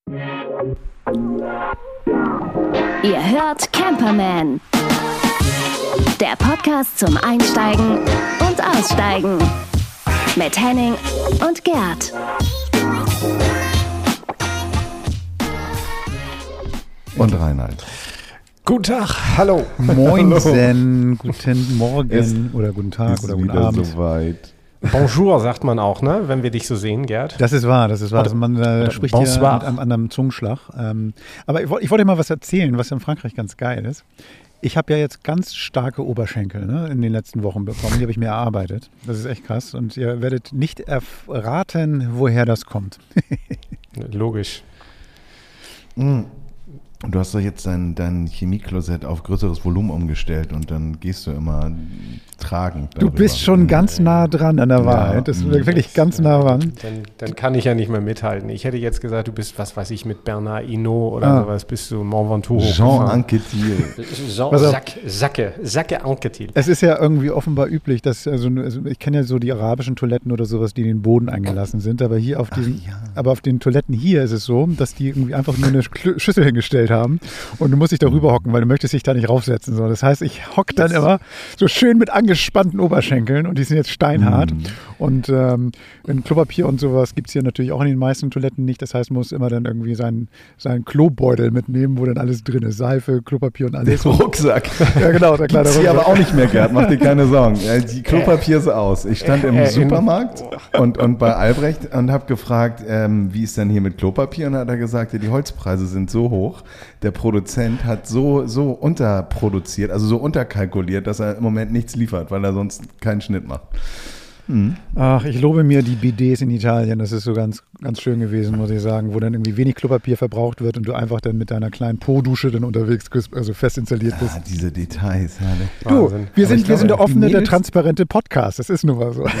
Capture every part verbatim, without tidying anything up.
Ihr hört Camperman, der Podcast zum Einsteigen und Aussteigen mit Henning und Gerd. Und Reinhard. Guten Tag, hallo. Moinsen, guten Morgen Es oder guten Tag ist oder guten wieder Abend. Soweit. Bonjour sagt man auch, ne? Wenn wir dich so sehen, Gerd. Das ist wahr, das ist wahr. Oder, also man äh, spricht bonsoir. hier mit einem anderen Zungenschlag. Ähm, aber ich, ich wollte dir mal was erzählen, was in Frankreich ganz geil ist. Ich habe ja jetzt ganz starke Oberschenkel, ne, in den letzten Wochen bekommen. Die habe ich mir erarbeitet. Das ist echt krass. Und ihr werdet nicht erraten, woher das kommt. Logisch. Mhm. Du hast doch jetzt dein, dein Chemieklosett auf größeres Volumen umgestellt und dann gehst du immer tragen. Du bist schon ganz nah dran an der Ja, Wahrheit. Das ist mh. wirklich ganz nah dran. Dann, dann kann ich ja nicht mehr mithalten. Ich hätte jetzt gesagt, du bist, was weiß ich, mit Bernard Hinault oder Ah. sowas, bist du Mont Ventoux Jean hochgefahren. Anquetil. Jean Pass auf. Sac, Sacke, Sacke Anquetil. Es ist ja irgendwie offenbar üblich, dass, also, also ich kenne ja so die arabischen Toiletten oder sowas, die in den Boden eingelassen sind, aber hier auf diesen, Ach ja. aber auf den Toiletten hier ist es so, dass die irgendwie einfach nur eine Sch- Schüssel hingestellt haben und du musst dich da rüber hocken, weil du möchtest dich da nicht raufsetzen. So. Das heißt, ich hocke dann immer so schön mit angespannten Oberschenkeln und die sind jetzt steinhart. Mm. Und ähm, in Klopapier und sowas gibt es hier natürlich auch in den meisten Toiletten nicht. Das heißt, man muss immer dann irgendwie seinen, seinen Klobeutel mitnehmen, wo dann alles drin ist. Seife, Klopapier und alles. Rucksack. Ja, genau, der kleine Gibt's hier Rucksack. aber auch nicht mehr, Gerd, mach dir keine Sorgen. Ja, die Klopapier ist aus. Ich stand im Äh, äh, Supermarkt und, und bei Albrecht und habe gefragt, ähm, wie ist denn hier mit Klopapier? Und dann hat er gesagt, ja, die Holzpreise sind so hoch, der Produzent hat so, so unterproduziert, also so unterkalkuliert, dass er im Moment nichts liefert, weil er sonst keinen Schnitt macht. Hm. Ach, ich lobe mir die Bidets in Italien. Das ist so ganz, ganz schön gewesen, muss ich sagen, wo dann irgendwie wenig Klopapier verbraucht wird und du einfach dann mit deiner kleinen Po-Dusche dann unterwegs bist, also fest installiert bist. Ah, diese Details, herrlich. Du, Wahnsinn. wir Aber sind, ich wir sind der glaube, offene, die der Mädels- transparente Podcast. Das ist nun mal so.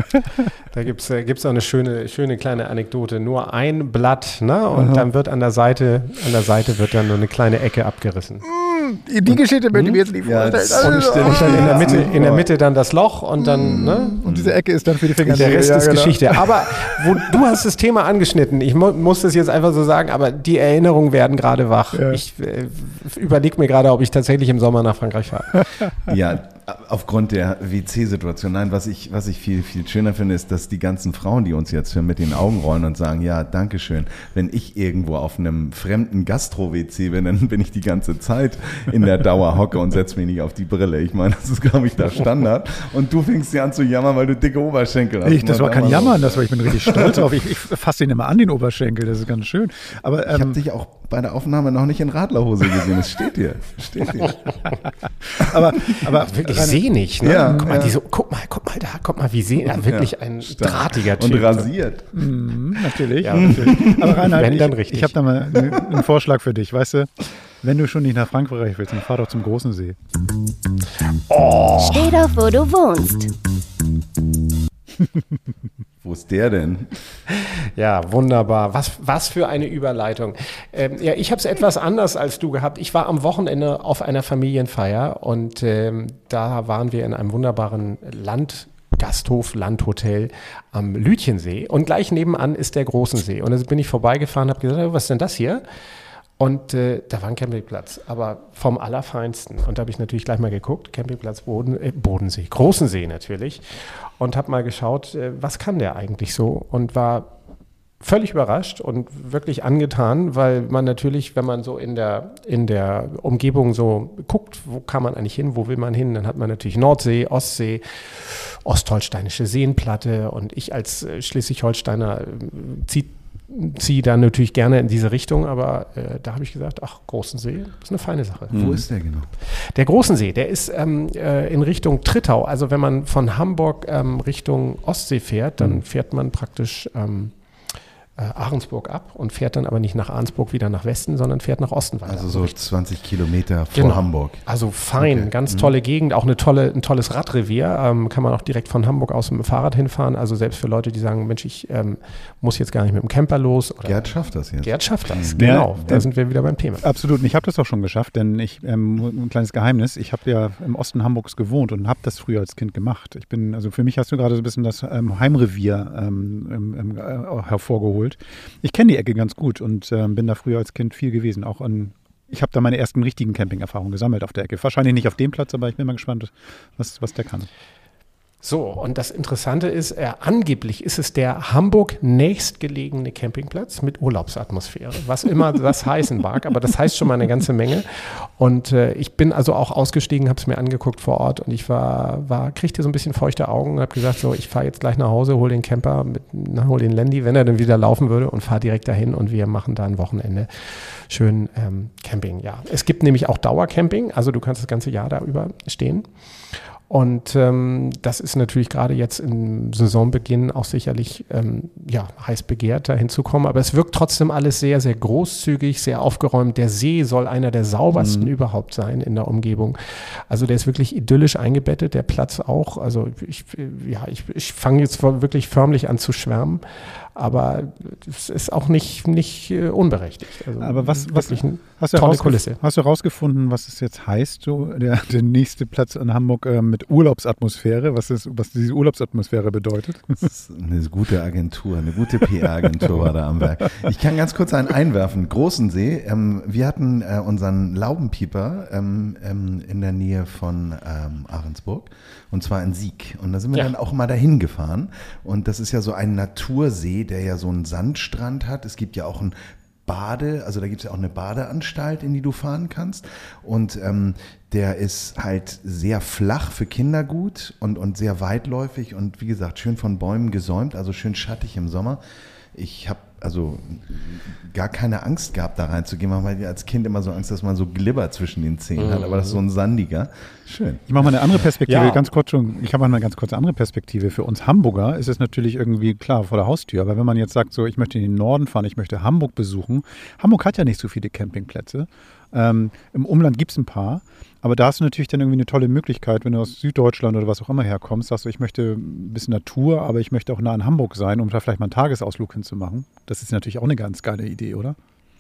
Da gibt es äh, gibt's auch eine schöne, schöne kleine Anekdote. Nur ein Blatt, ne? Und dann wird an der Seite, an der Seite wird dann nur eine kleine Ecke abgerissen. Die Geschichte möchte ich mir jetzt nicht Ja, vorstellen. das Also, stelle ich Und dann in der Ja, Mitte, nicht in der vor. Mitte dann das Loch und dann, ne? und diese Ecke ist dann für die Finger. Der Rest ja, ist genau. Geschichte. Aber wo, du hast das Thema angeschnitten. Ich mu muss das jetzt einfach so sagen, aber die Erinnerungen werden gerade wach. Ja. Ich äh, überlege mir gerade, ob ich tatsächlich im Sommer nach Frankreich fahre. Ja, aufgrund der W C-Situation. Nein, was ich, was ich viel, viel schöner finde, ist, dass die ganzen Frauen, die uns jetzt mit den Augen rollen und sagen, ja, danke schön, wenn ich irgendwo auf einem fremden Gastro-W C bin, dann bin ich die ganze Zeit in der Dauerhocke und setze mich nicht auf die Brille. Ich meine, das ist, glaube ich, der Standard. Und du fängst dir an zu jammern, weil du dicke Oberschenkel hast. Ich, das war kein Mal Jammern, so. das war, ich bin richtig stolz drauf. Ich, ich fasse ihn immer an, den Oberschenkel, das ist ganz schön. Aber Ich habe ähm, dich auch bei der Aufnahme noch nicht in Radlerhose gesehen. Es steht hier. Steht hier. aber, aber Wirklich Rainer, sehnig, ne? Ja, guck mal, ja. die so, guck mal, guck mal da, guck mal, wie sehnig. Ja, wirklich Ja, ein stark. drahtiger Typ. Und rasiert. Mhm, natürlich. Ja. natürlich. Aber Reinhard, Wenn, dann ich, richtig. ich habe da mal einen, einen Vorschlag für dich. Weißt du, wenn du schon nicht nach Frankreich willst, dann fahr doch zum großen See. Steh doch, wo du wohnst. Wo ist der denn? Ja, wunderbar. Was, was für eine Überleitung. Ähm, ja, ich habe es etwas anders als du gehabt. Ich war am Wochenende auf einer Familienfeier und ähm, da waren wir in einem wunderbaren Land. Gasthof, Landhotel am Lütchensee und gleich nebenan ist der Großen See. Und da bin ich vorbeigefahren und habe gesagt, was ist denn das hier? Und äh, da war ein Campingplatz, aber vom Allerfeinsten. Und da habe ich natürlich gleich mal geguckt, Campingplatz Boden, äh, Bodensee, Großen See natürlich. Und habe mal geschaut, äh, was kann der eigentlich so? Und war völlig überrascht und wirklich angetan, weil man natürlich, wenn man so in der, in der Umgebung so guckt, wo kann man eigentlich hin, wo will man hin, dann hat man natürlich Nordsee, Ostsee, ostholsteinische Seenplatte und ich als äh, Schleswig-Holsteiner äh, ziehe zieh da natürlich gerne in diese Richtung, aber äh, da habe ich gesagt, ach, Großen See, das ist eine feine Sache. Wo ist der genau? Der Großen See, der ist ähm, äh, in Richtung Trittau, also wenn man von Hamburg ähm, Richtung Ostsee fährt, dann fährt man praktisch ähm, äh, Ahrensburg ab und fährt dann aber nicht nach Ahrensburg wieder nach Westen, sondern fährt nach Osten weiter. Also so zwanzig Kilometer vor Genau. Hamburg. Also fein, Okay. ganz Mhm. tolle Gegend, auch eine tolle, ein tolles Radrevier, ähm, kann man auch direkt von Hamburg aus mit dem Fahrrad hinfahren, also selbst für Leute, die sagen, Mensch, ich ähm, muss jetzt gar nicht mit dem Camper los. Oder Gerd schafft das jetzt. Gerd schafft das, Ja, genau, da ja. sind wir wieder beim Thema. Absolut, und ich habe das auch schon geschafft, denn ich, ähm, ein kleines Geheimnis, ich habe ja im Osten Hamburgs gewohnt und habe das früher als Kind gemacht. Ich bin, also für mich hast du gerade so ein bisschen das ähm, Heimrevier ähm, ähm, äh, hervorgeholt. Sylt. Ich kenne die Ecke ganz gut und äh, bin da früher als Kind viel gewesen. Auch an, ich habe da meine ersten richtigen Camping-Erfahrungen gesammelt auf der Ecke. Wahrscheinlich nicht auf dem Platz, aber ich bin mal gespannt, was, was der kann. So, und das Interessante ist, äh, angeblich ist es der Hamburg nächstgelegene Campingplatz mit Urlaubsatmosphäre, was immer das heißen mag, aber das heißt schon mal eine ganze Menge. Und äh, ich bin also auch ausgestiegen, habe es mir angeguckt vor Ort und ich war, war kriegte so ein bisschen feuchte Augen und habe gesagt, so, ich fahre jetzt gleich nach Hause, hol den Camper, mit, na, hol den Landy, wenn er dann wieder laufen würde und fahre direkt dahin und wir machen da ein Wochenende schön ähm, Camping. Ja, es gibt nämlich auch Dauercamping, also du kannst das ganze Jahr da über stehen. Und ähm, das ist natürlich gerade jetzt im Saisonbeginn auch sicherlich ähm, ja, heiß begehrt, da hinzukommen. Aber es wirkt trotzdem alles sehr, sehr großzügig, sehr aufgeräumt. Der See soll einer der saubersten mhm. überhaupt sein in der Umgebung. Also der ist wirklich idyllisch eingebettet, der Platz auch. Also ich, ja, ich, ich fange jetzt wirklich förmlich an zu schwärmen. Aber es ist auch nicht, nicht äh, unberechtigt. Also aber was, was hast, tolle du Kulisse. Hast du herausgefunden, was es jetzt heißt, so, der, der nächste Platz in Hamburg äh, mit Urlaubsatmosphäre, was, ist, was diese Urlaubsatmosphäre bedeutet? Das ist eine gute Agentur, eine gute P R-Agentur war da am Werk. Ich kann ganz kurz einen einwerfen. Großensee, ähm, wir hatten äh, unseren Laubenpieper ähm, ähm, in der Nähe von ähm, Ahrensburg und zwar in Sieg. Und da sind wir ja. dann auch mal dahin gefahren und das ist ja so ein Natursee, der ja so einen Sandstrand hat. Es gibt ja auch ein Bade, also da gibt es ja auch eine Badeanstalt, in die du fahren kannst. Und ähm, der ist halt sehr flach für Kinder gut und, und sehr weitläufig und wie gesagt, schön von Bäumen gesäumt, also schön schattig im Sommer. Ich habe also gar keine Angst gehabt, da reinzugehen, weil ich als Kind immer so Angst, dass man so Glibber zwischen den Zähnen mhm. hat, aber das ist so ein sandiger. Schön. Ich mache mal eine andere Perspektive, ja. ganz kurz schon, ich habe mal eine ganz kurze andere Perspektive. Für uns Hamburger ist es natürlich irgendwie klar vor der Haustür, aber wenn man jetzt sagt, so ich möchte in den Norden fahren, ich möchte Hamburg besuchen, Hamburg hat ja nicht so viele Campingplätze. Ähm, im Umland gibt es ein paar, aber da hast du natürlich dann irgendwie eine tolle Möglichkeit, wenn du aus Süddeutschland oder was auch immer herkommst, sagst du, ich möchte ein bisschen Natur, aber ich möchte auch nah in Hamburg sein, um da vielleicht mal einen Tagesausflug hinzumachen. Das ist natürlich auch eine ganz geile Idee, oder?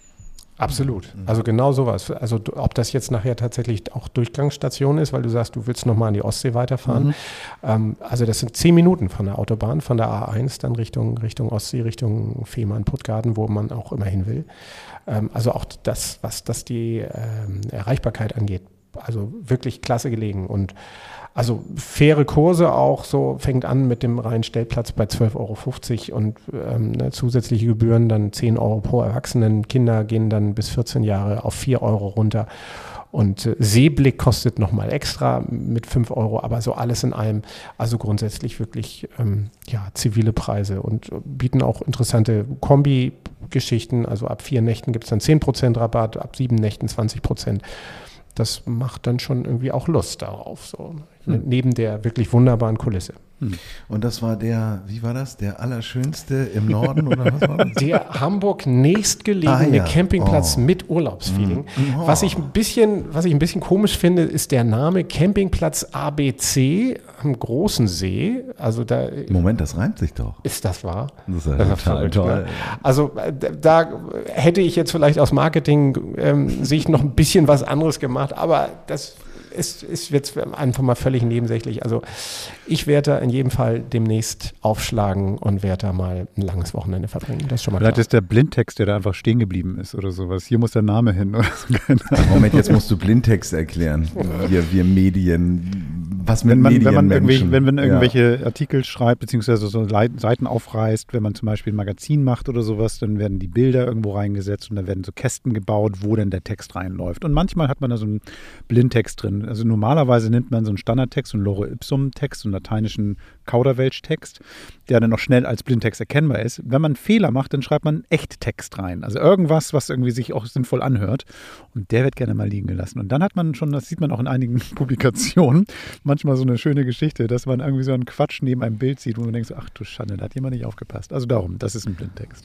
Absolut. Also genau sowas. Also ob das jetzt nachher tatsächlich auch Durchgangsstation ist, weil du sagst, du willst nochmal an die Ostsee weiterfahren. Mhm. Ähm, also das sind zehn Minuten von der Autobahn, von der A eins dann Richtung, Richtung Ostsee, Richtung Fehmarn, Puttgarden, wo man auch immer hin will. Ähm, also auch das, was das die ähm, Erreichbarkeit angeht. Also wirklich klasse gelegen und also faire Kurse auch, so fängt an mit dem reinen Stellplatz bei zwölf Euro fünfzig und ähm, ne, zusätzliche Gebühren dann zehn Euro pro Erwachsenen. Kinder gehen dann bis vierzehn Jahre auf vier Euro runter. Und äh, Seeblick kostet nochmal extra mit fünf Euro, aber so alles in allem, also grundsätzlich wirklich ähm, ja, zivile Preise und bieten auch interessante Kombi-Geschichten. Also ab vier Nächten gibt es dann zehn Prozent Rabatt, ab sieben Nächten zwanzig Prozent. Das macht dann schon irgendwie auch Lust darauf, so hm. neben der wirklich wunderbaren Kulisse. Hm. Und das war der, wie war das, der allerschönste im Norden oder was war das? Der Hamburg nächstgelegene ah, ja. Campingplatz oh. mit Urlaubsfeeling. Oh. Was ich ein bisschen, was ich ein bisschen komisch finde, ist der Name Campingplatz A B C am Großen See. Also da Moment, das reimt sich doch. Ist das wahr? Das ist ja das total verrückt, toll. Ne? Also da hätte ich jetzt vielleicht aus Marketing ähm, Sicht noch ein bisschen was anderes gemacht, aber das ist, ist jetzt einfach mal völlig nebensächlich. Also ich werde da in jedem Fall demnächst aufschlagen und werde da mal ein langes Wochenende verbringen. Das ist schon mal Vielleicht klar. ist der Blindtext, der da einfach stehen geblieben ist oder sowas. Hier muss der Name hin. Oder so. Moment, jetzt musst du Blindtext erklären. Wir, wir Medien, was mit wenn man, Medienmenschen. Wenn man, irgendwelche, wenn man irgendwelche ja. Artikel schreibt, beziehungsweise so Seiten aufreißt, wenn man zum Beispiel ein Magazin macht oder sowas, dann werden die Bilder irgendwo reingesetzt und dann werden so Kästen gebaut, wo denn der Text reinläuft. Und manchmal hat man da so einen Blindtext drin. Also normalerweise nimmt man so einen Standardtext, so einen Lore Ipsum-Text, so einen lateinischen Kauderwelsch-Text, der dann noch schnell als Blindtext erkennbar ist. Wenn man einen Fehler macht, dann schreibt man Echttext rein. Also irgendwas, was irgendwie sich auch sinnvoll anhört. Und der wird gerne mal liegen gelassen. Und dann hat man schon, das sieht man auch in einigen Publikationen, manchmal so eine schöne Geschichte, dass man irgendwie so einen Quatsch neben einem Bild sieht, wo man denkt, so, ach du Schande, da hat jemand nicht aufgepasst. Also darum, das ist ein Blindtext.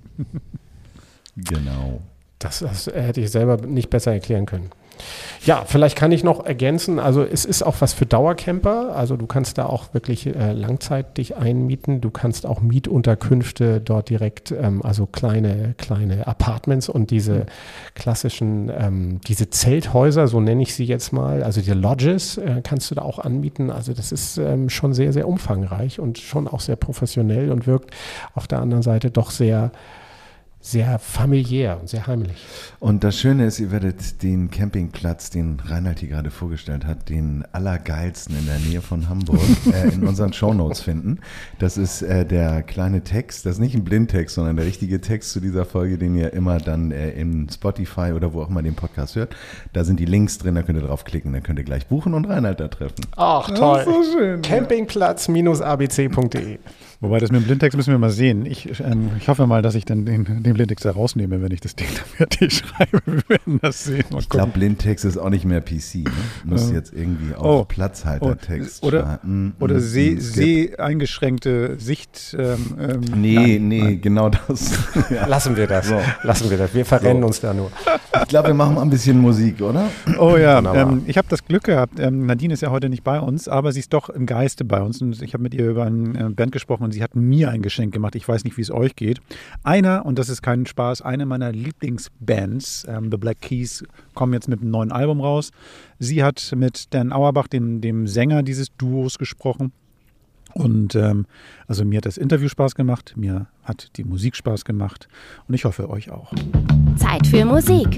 Genau. Das, das hätte ich selber nicht besser erklären können. Ja, vielleicht kann ich noch ergänzen, also es ist auch was für Dauercamper, also du kannst da auch wirklich äh, Langzeit dich einmieten, du kannst auch Mietunterkünfte dort direkt, ähm, also kleine, kleine Apartments und diese klassischen, ähm, diese Zelthäuser, so nenne ich sie jetzt mal, also die Lodges äh, kannst du da auch anmieten, also das ist ähm, schon sehr, sehr umfangreich und schon auch sehr professionell und wirkt auf der anderen Seite doch sehr sehr familiär und sehr heimlich. Und das Schöne ist, ihr werdet den Campingplatz, den Reinhard hier gerade vorgestellt hat, den allergeilsten in der Nähe von Hamburg, äh, in unseren Shownotes finden. Das ist äh, der kleine Text, das ist nicht ein Blindtext, sondern der richtige Text zu dieser Folge, den ihr immer dann äh, in Spotify oder wo auch immer den Podcast hört. Da sind die Links drin, da könnt ihr draufklicken, dann könnt ihr gleich buchen und Reinhard da treffen. Ach, toll. Das ist so schön. Campingplatz a b c punkt de. Wobei, das mit dem Blindtext müssen wir mal sehen. Ich, ähm, ich hoffe mal, dass ich dann den, den Blindtext da rausnehme, wenn ich das Ding dann fertig schreibe. Wir werden das sehen. Mal ich glaube, Blindtext ist auch nicht mehr P C. Ne? Muss jetzt irgendwie auch oh. Platzhaltertext Oder, starten. oder mm, seh, mm, seh eingeschränkte Sicht. Ähm, ähm, nee, nein, nee, nein. genau das. Ja. Lassen wir das. So. Lassen wir das. Wir verrennen So. uns da nur. Ich glaube, wir machen mal ein bisschen Musik, oder? Oh ja, Wunderbar. ähm, ich habe das Glück gehabt, ähm, Nadine ist ja heute nicht bei uns, aber sie ist doch im Geiste bei uns und ich habe mit ihr über eine Band gesprochen und sie hat mir ein Geschenk gemacht. Ich weiß nicht, wie es euch geht. Einer, und das ist kein Spaß, eine meiner Lieblingsbands, ähm, The Black Keys, kommen jetzt mit einem neuen Album raus. Sie hat mit Dan Auerbach, dem, dem Sänger dieses Duos, gesprochen. Und ähm, also mir hat das Interview Spaß gemacht, mir hat die Musik Spaß gemacht und ich hoffe, euch auch. Zeit für Musik.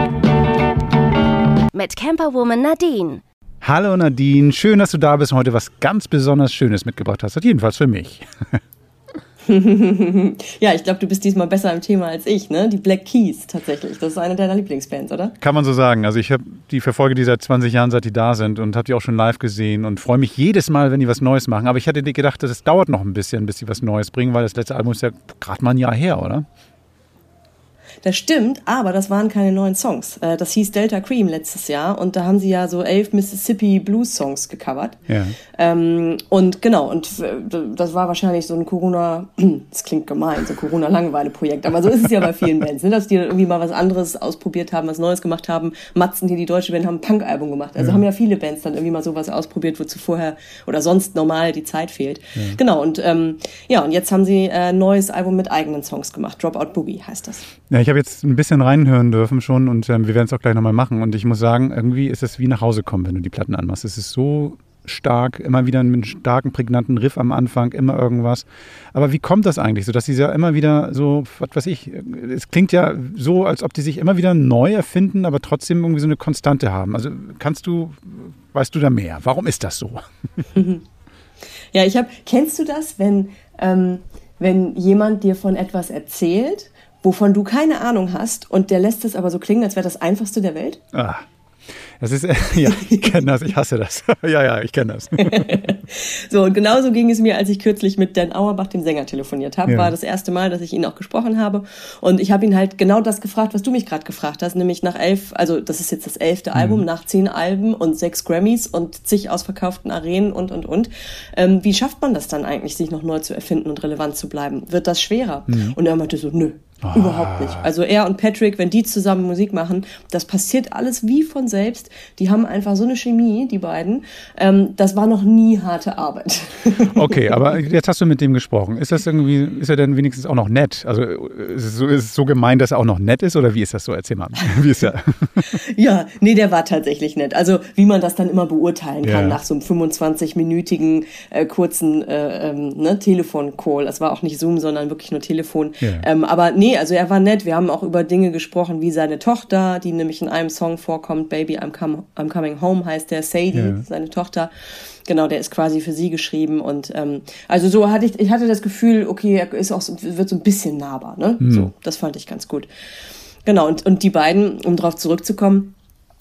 Mit Camperwoman Nadine. Hallo Nadine, schön, dass du da bist und heute was ganz besonders Schönes mitgebracht hast. Jedenfalls für mich. Ja, ich glaube, du bist diesmal besser im Thema als ich, ne? Die Black Keys tatsächlich. Das ist eine deiner Lieblingsbands, oder? Kann man so sagen. Also ich habe die verfolge die seit zwanzig Jahren, seit die da sind und habe die auch schon live gesehen und freue mich jedes Mal, wenn die was Neues machen. Aber ich hatte gedacht, dass es dauert noch ein bisschen, bis sie was Neues bringen, weil das letzte Album ist ja gerade mal ein Jahr her, oder? Das stimmt, aber das waren keine neuen Songs. Das hieß Delta Cream letztes Jahr und da haben sie ja so elf Mississippi Blues Songs gecovert. Ja. Ähm, und genau, und das war wahrscheinlich so ein Corona, das klingt gemein, so ein Corona-Langeweile-Projekt, aber so ist es ja bei vielen Bands, ne? Dass die dann irgendwie mal was anderes ausprobiert haben, was Neues gemacht haben. Matzen, hier die deutsche Band, haben ein Punk-Album gemacht. Also ja. haben ja viele Bands dann irgendwie mal sowas ausprobiert, wozu vorher oder sonst normal die Zeit fehlt. Ja. Genau, und ähm, ja, und jetzt haben sie ein äh, neues Album mit eigenen Songs gemacht. Dropout Boogie heißt das. Ja, ich habe jetzt ein bisschen reinhören dürfen schon und ähm, wir werden es auch gleich nochmal machen. Und ich muss sagen, irgendwie ist es wie nach Hause kommen, wenn du die Platten anmachst. Es ist so stark, immer wieder einen starken, prägnanten Riff am Anfang, immer irgendwas. Aber wie kommt das eigentlich so, dass sie ja immer wieder so, was weiß ich, es klingt ja so, als ob die sich immer wieder neu erfinden, aber trotzdem irgendwie so eine Konstante haben. Also kannst du, weißt du da mehr? Warum ist das so? Ja, ich habe, kennst du das, wenn, ähm, wenn jemand dir von etwas erzählt, wovon du keine Ahnung hast und der lässt es aber so klingen, als wäre das Einfachste der Welt? Ah, das ist, ja, ich kenne das, ich hasse das. ja, ja, ich kenne das. So, und genauso ging es mir, als ich kürzlich mit Dan Auerbach, dem Sänger, telefoniert habe. Ja. War das erste Mal, dass ich ihn auch gesprochen habe. Und ich habe ihn halt genau das gefragt, was du mich gerade gefragt hast, nämlich nach elf, also das ist jetzt das elfte mhm. Album, nach zehn Alben und sechs Grammys und zig ausverkauften Arenen und, und, und. Ähm, wie schafft man das dann eigentlich, sich noch neu zu erfinden und relevant zu bleiben? Wird das schwerer? Mhm. Und er meinte so, nö. Oh. Überhaupt nicht. Also er und Patrick, wenn die zusammen Musik machen, das passiert alles wie von selbst. Die haben einfach so eine Chemie, die beiden. Ähm, das war noch nie harte Arbeit. Okay, aber jetzt hast du mit dem gesprochen. Ist das irgendwie, ist er denn wenigstens auch noch nett? Also ist es so, ist es so gemein, dass er auch noch nett ist oder wie ist das so? Erzähl mal. Wie ist er? Ja, nee, der war tatsächlich nett. Also wie man das dann immer beurteilen kann, ja. nach so einem fünfundzwanzig-minütigen äh, kurzen äh, ähm, ne, Telefon-Call. Das war auch nicht Zoom, sondern wirklich nur Telefon. Ja. Ähm, aber nee, also er war nett. Wir haben auch über Dinge gesprochen, wie seine Tochter, die nämlich in einem Song vorkommt, Baby, I'm, com- I'm Coming Home heißt der, Sadie, ja. seine Tochter. Genau, der ist quasi für sie geschrieben und ähm, also so hatte ich, ich hatte das Gefühl, okay, er ist auch so, wird so ein bisschen nahbar, ne? Mhm. So, das fand ich ganz gut. Genau, und, und die beiden, um drauf zurückzukommen,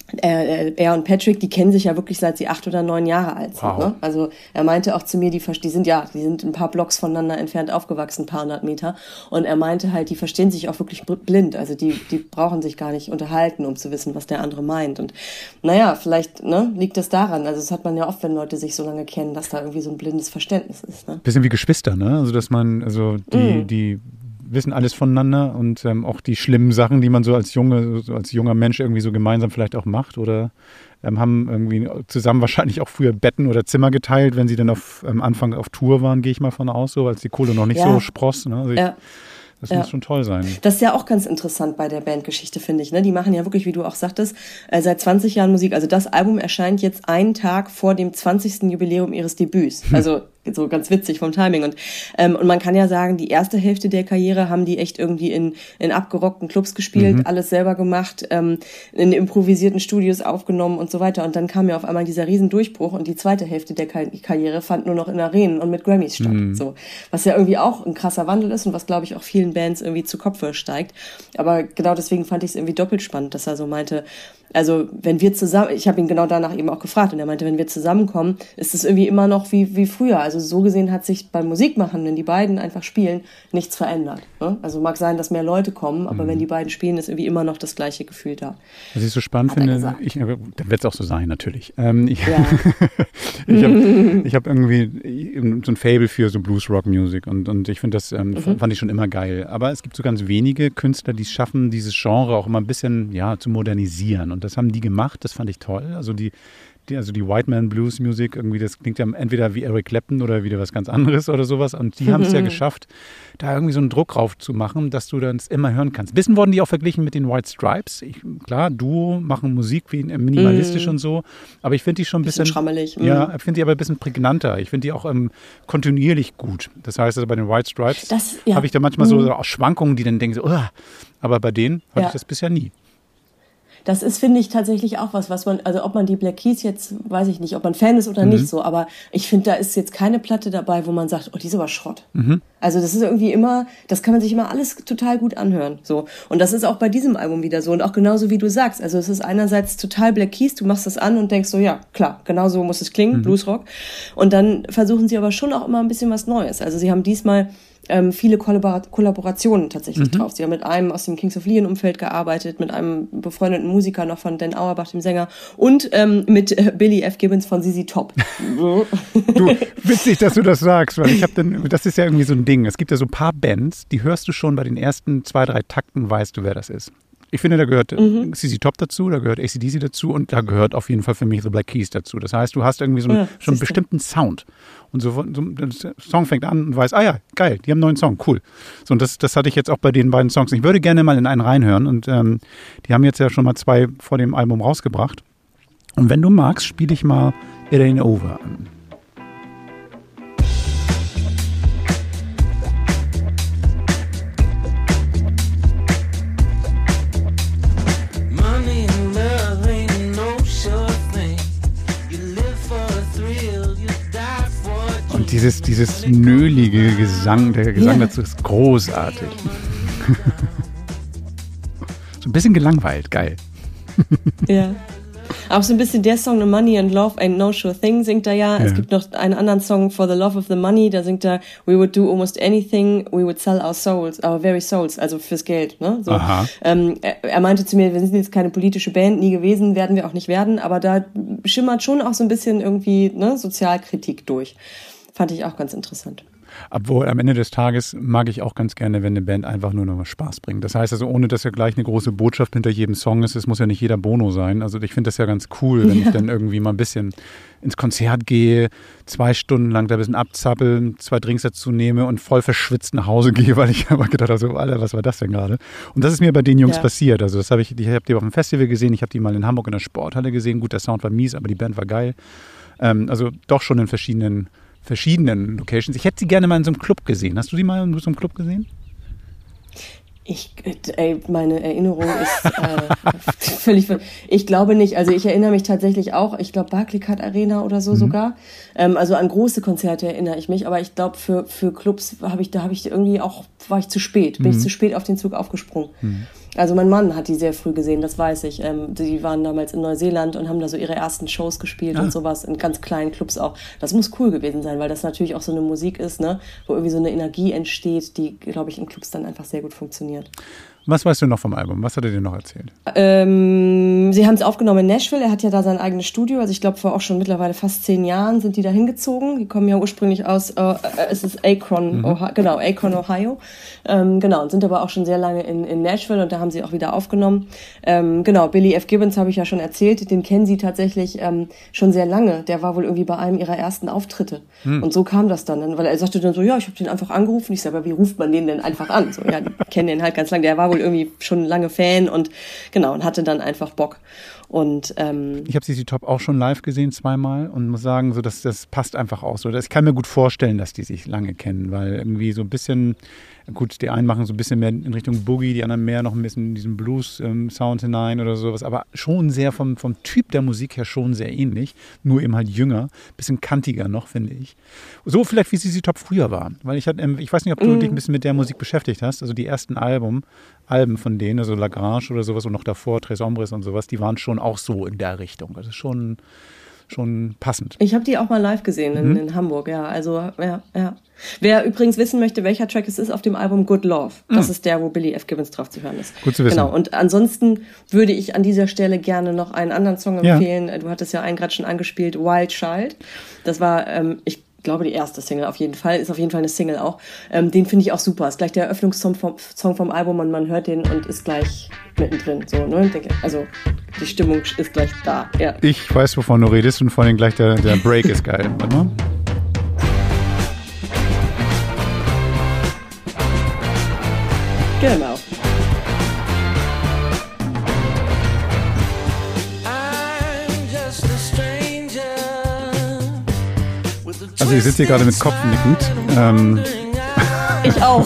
Äh, er und Patrick, die kennen sich ja wirklich seit sie acht oder neun Jahre alt sind. Wow. Ne? Also er meinte auch zu mir, die, die sind ja, die sind ein paar Blocks voneinander entfernt aufgewachsen, ein paar hundert Meter. Und er meinte halt, die verstehen sich auch wirklich blind. Also die, die brauchen sich gar nicht unterhalten, um zu wissen, was der andere meint. Und naja, vielleicht ne, liegt das daran. Also das hat man ja oft, wenn Leute sich so lange kennen, dass da irgendwie so ein blindes Verständnis ist. Ne? Bisschen wie Geschwister, ne? Also dass man, also die, mm. die wissen alles voneinander und ähm, auch die schlimmen Sachen, die man so als junge, so als junger Mensch irgendwie so gemeinsam vielleicht auch macht oder ähm, haben irgendwie zusammen wahrscheinlich auch früher Betten oder Zimmer geteilt, wenn sie dann auf ähm, Anfang auf Tour waren, gehe ich mal von aus, so als die Kohle noch nicht ja. so spross. Ne? Also ich, ja. Das ja. muss schon toll sein. Das ist ja auch ganz interessant bei der Bandgeschichte, finde ich. Ne? Die machen ja wirklich, wie du auch sagtest, äh, seit zwanzig Jahren Musik. Also das Album erscheint jetzt einen Tag vor dem zwanzigsten Jubiläum ihres Debüts. Hm. Also so ganz witzig vom Timing. Und, ähm, und man kann ja sagen, die erste Hälfte der Karriere haben die echt irgendwie in, in abgerockten Clubs gespielt, mhm. alles selber gemacht, ähm, in improvisierten Studios aufgenommen und so weiter. Und dann kam ja auf einmal dieser Riesendurchbruch und die zweite Hälfte der Kar- Karriere fand nur noch in Arenen und mit Grammys statt. Mhm. So, was ja irgendwie auch ein krasser Wandel ist und was, glaube ich, auch vielen Bands irgendwie zu Kopf steigt. Aber genau deswegen fand ich es irgendwie doppelt spannend, dass er so meinte, also wenn wir zusammen, ich habe ihn genau danach eben auch gefragt und er meinte, wenn wir zusammenkommen, ist es irgendwie immer noch wie wie früher. Also so gesehen hat sich beim Musikmachen, wenn die beiden einfach spielen, nichts verändert. Ne? Also mag sein, dass mehr Leute kommen, aber mhm. wenn die beiden spielen, ist irgendwie immer noch das gleiche Gefühl da. Was ich so spannend finde, ich, dann wird es auch so sein natürlich. Ähm, ich ja. ich habe ich hab irgendwie so ein Faible für so Blues-Rock-Music und, und ich finde das, ähm, mhm. fand ich schon immer geil. Aber es gibt so ganz wenige Künstler, die es schaffen, dieses Genre auch immer ein bisschen ja, zu modernisieren. Und das haben die gemacht, das fand ich toll. Also die, die, also die White Man Blues Music, irgendwie, das klingt ja entweder wie Eric Clapton oder wieder was ganz anderes oder sowas. Und die haben es ja geschafft, da irgendwie so einen Druck drauf zu machen, dass du das immer hören kannst. Bisschen wurden die auch verglichen mit den White Stripes. Ich, klar, Duo machen Musik wie minimalistisch mm. und so, aber ich finde die schon ein bisschen, bisschen schrammelig. Mm. Ja, ich finde die aber ein bisschen prägnanter. Ich finde die auch ähm, kontinuierlich gut. Das heißt, also bei den White Stripes ja. habe ich da manchmal mm. so, so Schwankungen, die dann denken so, oh, aber bei denen hatte ja. ich das bisher nie. Das ist, finde ich, tatsächlich auch was, was man, also ob man die Black Keys jetzt, weiß ich nicht, ob man Fan ist oder mhm. nicht so, aber ich finde, da ist jetzt keine Platte dabei, wo man sagt, oh, die ist aber Schrott. Mhm. Also das ist irgendwie immer, das kann man sich immer alles total gut anhören, so. Und das ist auch bei diesem Album wieder so und auch genauso wie du sagst, also es ist einerseits total Black Keys, du machst das an und denkst so, ja, klar, genau so muss es klingen, mhm. Bluesrock. Und dann versuchen sie aber schon auch immer ein bisschen was Neues. Also sie haben diesmal Ähm, viele Kollabor- Kollaborationen tatsächlich mhm. drauf. Sie haben mit einem aus dem Kings of Leon-Umfeld gearbeitet, mit einem befreundeten Musiker noch von Dan Auerbach, dem Sänger, und ähm, mit äh, Billy F. Gibbons von Z Z Top. Du, witzig, dass du das sagst, weil ich habe dann, das ist ja irgendwie so ein Ding. Es gibt ja so ein paar Bands, die hörst du schon bei den ersten zwei, drei Takten, weißt du, wer das ist. Ich finde, da gehört mhm. Z Z Top dazu, da gehört A C D C dazu und da gehört auf jeden Fall für mich The Black Keys dazu. Das heißt, du hast irgendwie so einen, ja, schon einen bestimmten Sound. Und so, so der Song fängt an und weiß, ah ja, geil, die haben einen neuen Song, cool. So, und das, das hatte ich jetzt auch bei den beiden Songs. Ich würde gerne mal in einen reinhören und ähm, die haben jetzt ja schon mal zwei vor dem Album rausgebracht. Und wenn du magst, spiele ich mal It Ain't Over an. Dieses, dieses nölige Gesang, der Gesang ja. dazu ist großartig. So ein bisschen gelangweilt, geil. Ja. Auch so ein bisschen der Song The Money and Love Ain't No Sure Thing singt er ja. ja. Es gibt noch einen anderen Song For the Love of the Money, da singt er We would do almost anything, we would sell our souls, our very souls, also fürs Geld. Ne? So. Ähm, er, er meinte zu mir, wir sind jetzt keine politische Band, nie gewesen, werden wir auch nicht werden, aber da schimmert schon auch so ein bisschen irgendwie ne, Sozialkritik durch. Fand ich auch ganz interessant. Obwohl am Ende des Tages mag ich auch ganz gerne, wenn eine Band einfach nur noch Spaß bringt. Das heißt also, ohne dass ja gleich eine große Botschaft hinter jedem Song ist, es muss ja nicht jeder Bono sein. Also ich finde das ja ganz cool, wenn ja. ich dann irgendwie mal ein bisschen ins Konzert gehe, zwei Stunden lang da ein bisschen abzappeln, zwei Drinks dazu nehme und voll verschwitzt nach Hause gehe, weil ich aber gedacht habe, so, Alter, was war das denn gerade? Und das ist mir bei den Jungs ja. passiert. Also das habe ich, ich habe die auf dem Festival gesehen, ich habe die mal in Hamburg in der Sporthalle gesehen. Gut, der Sound war mies, aber die Band war geil. Ähm, also doch schon in verschiedenen verschiedenen Locations. Ich hätte sie gerne mal in so einem Club gesehen. Hast du sie mal in so einem Club gesehen? Ich, ey, meine Erinnerung ist äh, völlig, ich glaube nicht, also ich erinnere mich tatsächlich auch, ich glaube Barclaycard Arena oder so mhm. sogar, ähm, also an große Konzerte erinnere ich mich, aber ich glaube für für Clubs habe ich, da habe ich irgendwie auch, war ich zu spät, bin mhm. ich zu spät auf den Zug aufgesprungen. Mhm. Also mein Mann hat die sehr früh gesehen, das weiß ich. Ähm, die waren damals in Neuseeland und haben da so ihre ersten Shows gespielt ah. und sowas, in ganz kleinen Clubs auch. Das muss cool gewesen sein, weil das natürlich auch so eine Musik ist, ne, wo irgendwie so eine Energie entsteht, die, glaube ich, in Clubs dann einfach sehr gut funktioniert. Was weißt du noch vom Album? Was hat er dir noch erzählt? Ähm, sie haben es aufgenommen in Nashville. Er hat ja da sein eigenes Studio. Also ich glaube, vor auch schon mittlerweile fast zehn Jahren sind die da hingezogen. Die kommen ja ursprünglich aus, äh, es ist Akron, mhm. Ohio, genau, Akron, Ohio. Ähm, genau, und sind aber auch schon sehr lange in, in Nashville und da haben sie auch wieder aufgenommen. Ähm, genau, Billy F. Gibbons habe ich ja schon erzählt. Den kennen sie tatsächlich ähm, schon sehr lange. Der war wohl irgendwie bei einem ihrer ersten Auftritte. Mhm. Und so kam das dann, weil er sagte dann so, ja, ich habe den einfach angerufen. Ich sage, aber wie ruft man den denn einfach an? So, ja, die kennen den halt ganz lange. Der war wohl irgendwie schon lange Fan und genau, und hatte dann einfach Bock. Und, ähm, ich habe C C Top auch schon live gesehen zweimal und muss sagen, so dass das passt einfach auch so. Ich kann mir gut vorstellen, dass die sich lange kennen, weil irgendwie so ein bisschen, gut, die einen machen so ein bisschen mehr in Richtung Boogie, die anderen mehr noch ein bisschen in diesen Blues-Sound hinein oder sowas, aber schon sehr vom, vom Typ der Musik her schon sehr ähnlich, nur eben halt jünger, bisschen kantiger noch, finde ich. So vielleicht wie C C Top früher war, weil ich hatte, ich weiß nicht, ob du mm. dich ein bisschen mit der Musik beschäftigt hast, also die ersten Album, Alben von denen, also Lagrange oder sowas und noch davor Tres Hombres und sowas, die waren schon auch so in der Richtung. Das ist schon, schon passend. Ich habe die auch mal live gesehen in, mhm. in Hamburg, ja. Also, ja, ja. Wer übrigens wissen möchte, welcher Track es ist auf dem Album Good Love, mhm. das ist der, wo Billy F. Gibbons drauf zu hören ist. Gut zu wissen. Genau. Und ansonsten würde ich an dieser Stelle gerne noch einen anderen Song empfehlen. Ja. Du hattest ja einen gerade schon angespielt, Wild Child. Das war, ähm, ich Ich glaube, die erste Single auf jeden Fall. Ist auf jeden Fall eine Single auch. Ähm, den finde ich auch super. Ist gleich der Eröffnungssong vom, Song vom Album und man hört den und ist gleich mittendrin. So, ne? Also die Stimmung ist gleich da. Ja. Ich weiß, wovon du redest und vor allem gleich der, der Break ist geil. Warte mal. Genau. Also ich sitze hier gerade mit Kopf nickend. Ähm. Ich auch.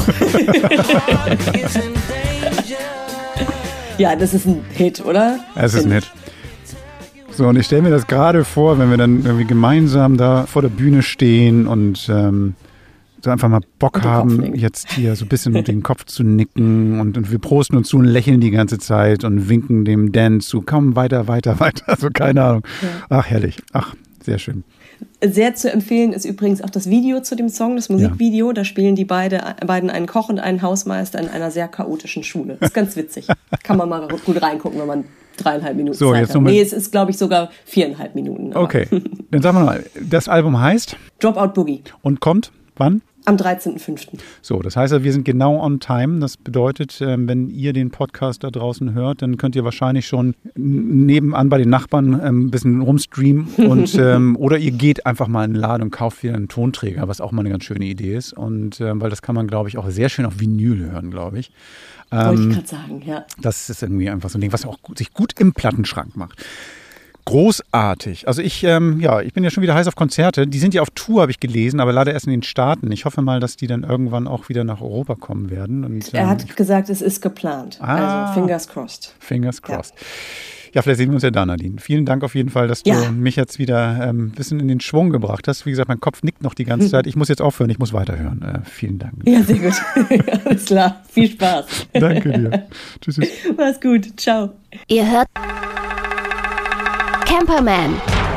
Ja, das ist ein Hit, oder? Ja, es ist ein Hit. So, und ich stelle mir das gerade vor, wenn wir dann irgendwie gemeinsam da vor der Bühne stehen und ähm, so einfach mal Bock haben, jetzt hier so ein bisschen mit dem Kopf zu nicken und, und wir prosten uns zu und lächeln die ganze Zeit und winken dem Dan zu, komm, weiter, weiter, weiter. Also keine Ahnung. Ja. Ach, herrlich. Ach, sehr schön. Sehr zu empfehlen ist übrigens auch das Video zu dem Song, das Musikvideo. Ja. Da spielen die beide, beiden einen Koch und einen Hausmeister in einer sehr chaotischen Schule. Das ist ganz witzig. Kann man mal gut reingucken, wenn man dreieinhalb Minuten so, Zeit jetzt hat. Nee, es ist, glaube ich, sogar viereinhalb Minuten. Aber. Okay, dann sagen wir mal, das Album heißt? Dropout Boogie. Und kommt wann? Am dreizehnten fünften So, das heißt, wir sind genau on time. Das bedeutet, wenn ihr den Podcast da draußen hört, dann könnt ihr wahrscheinlich schon nebenan bei den Nachbarn ein bisschen rumstreamen und ähm, oder ihr geht einfach mal in den Laden und kauft wieder einen Tonträger, was auch mal eine ganz schöne Idee ist. Und ähm, weil das kann man, glaube ich, auch sehr schön auf Vinyl hören, glaube ich. Ähm, Wollte ich gerade sagen, ja. Das ist irgendwie einfach so ein Ding, was auch gut, sich gut im Plattenschrank macht. Großartig. Also ich, ähm, ja, ich bin ja schon wieder heiß auf Konzerte. Die sind ja auf Tour, habe ich gelesen, aber leider erst in den Staaten. Ich hoffe mal, dass die dann irgendwann auch wieder nach Europa kommen werden. Und, ähm, er hat ich, gesagt, es ist geplant. Ah, also fingers crossed. Fingers crossed. Ja. Ja, vielleicht sehen wir uns ja da, Nadine. Vielen Dank auf jeden Fall, dass du ja. mich jetzt wieder ähm, ein bisschen in den Schwung gebracht hast. Wie gesagt, mein Kopf nickt noch die ganze Zeit. Ich muss jetzt aufhören, ich muss weiterhören. Äh, vielen Dank. Ja, sehr gut. Alles klar. Viel Spaß. Danke dir. Tschüss. Mach's gut. Ciao. Ihr hört Camperman.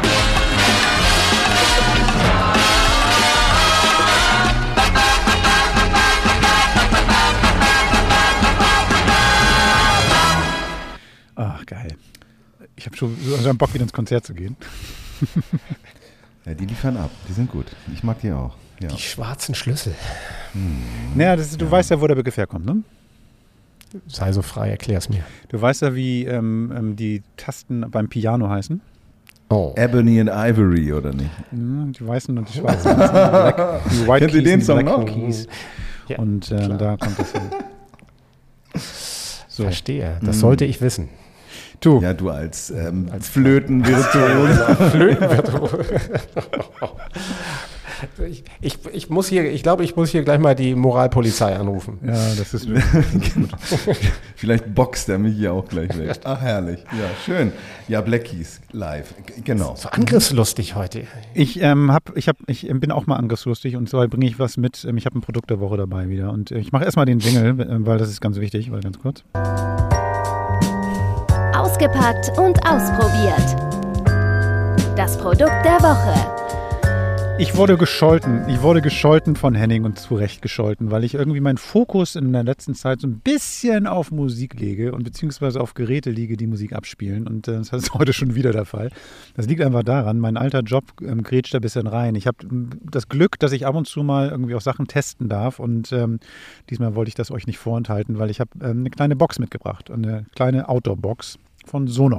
Ach, geil. Ich habe schon so einen Bock, wieder ins Konzert zu gehen. Ja, die liefern ab. Die sind gut. Ich mag die auch. Ja. Die schwarzen Schlüssel. Hm. Naja, das ist, du ja. weißt ja, wo der Begriff herkommt, ne? Sei so frei, erklär's mir. Du weißt ja, wie ähm, die Tasten beim Piano heißen. Oh. Ebony and Ivory, oder nicht? Ja, die weißen und die schwarzen. Die Black, die White Kennt ihr den Song noch? Ja, und ähm, da kommt das hin. So. Verstehe, das mm. sollte ich wissen. Du. Ja, du als, ähm, als Flötenvirtuose. Flötenvirtuose. Ich, ich, ich muss hier, ich glaube, ich muss hier gleich mal die Moralpolizei anrufen. Ja, das ist gut. Vielleicht boxt der mich hier auch gleich weg. Ach, herrlich. Ja, schön. Ja, Black Keys live. Genau. So angriffslustig heute. Ich, ähm, hab, ich, hab, ich bin auch mal angriffslustig und zwar bringe ich was mit. Ich habe ein Produkt der Woche dabei wieder und ich mache erstmal den Jingle, weil das ist ganz wichtig, weil ganz kurz. Ausgepackt und ausprobiert. Das Produkt der Woche. Ich wurde gescholten. Ich wurde gescholten von Henning und zu Recht gescholten, weil ich irgendwie meinen Fokus in der letzten Zeit so ein bisschen auf Musik lege und beziehungsweise auf Geräte liege, die Musik abspielen. Und äh, das ist heute schon wieder der Fall. Das liegt einfach daran, mein alter Job ähm, grätscht da ein bisschen rein. Ich habe das Glück, dass ich ab und zu mal irgendwie auch Sachen testen darf. Und ähm, diesmal wollte ich das euch nicht vorenthalten, weil ich habe ähm, eine kleine Box mitgebracht. Eine kleine Outdoor-Box von Sonos.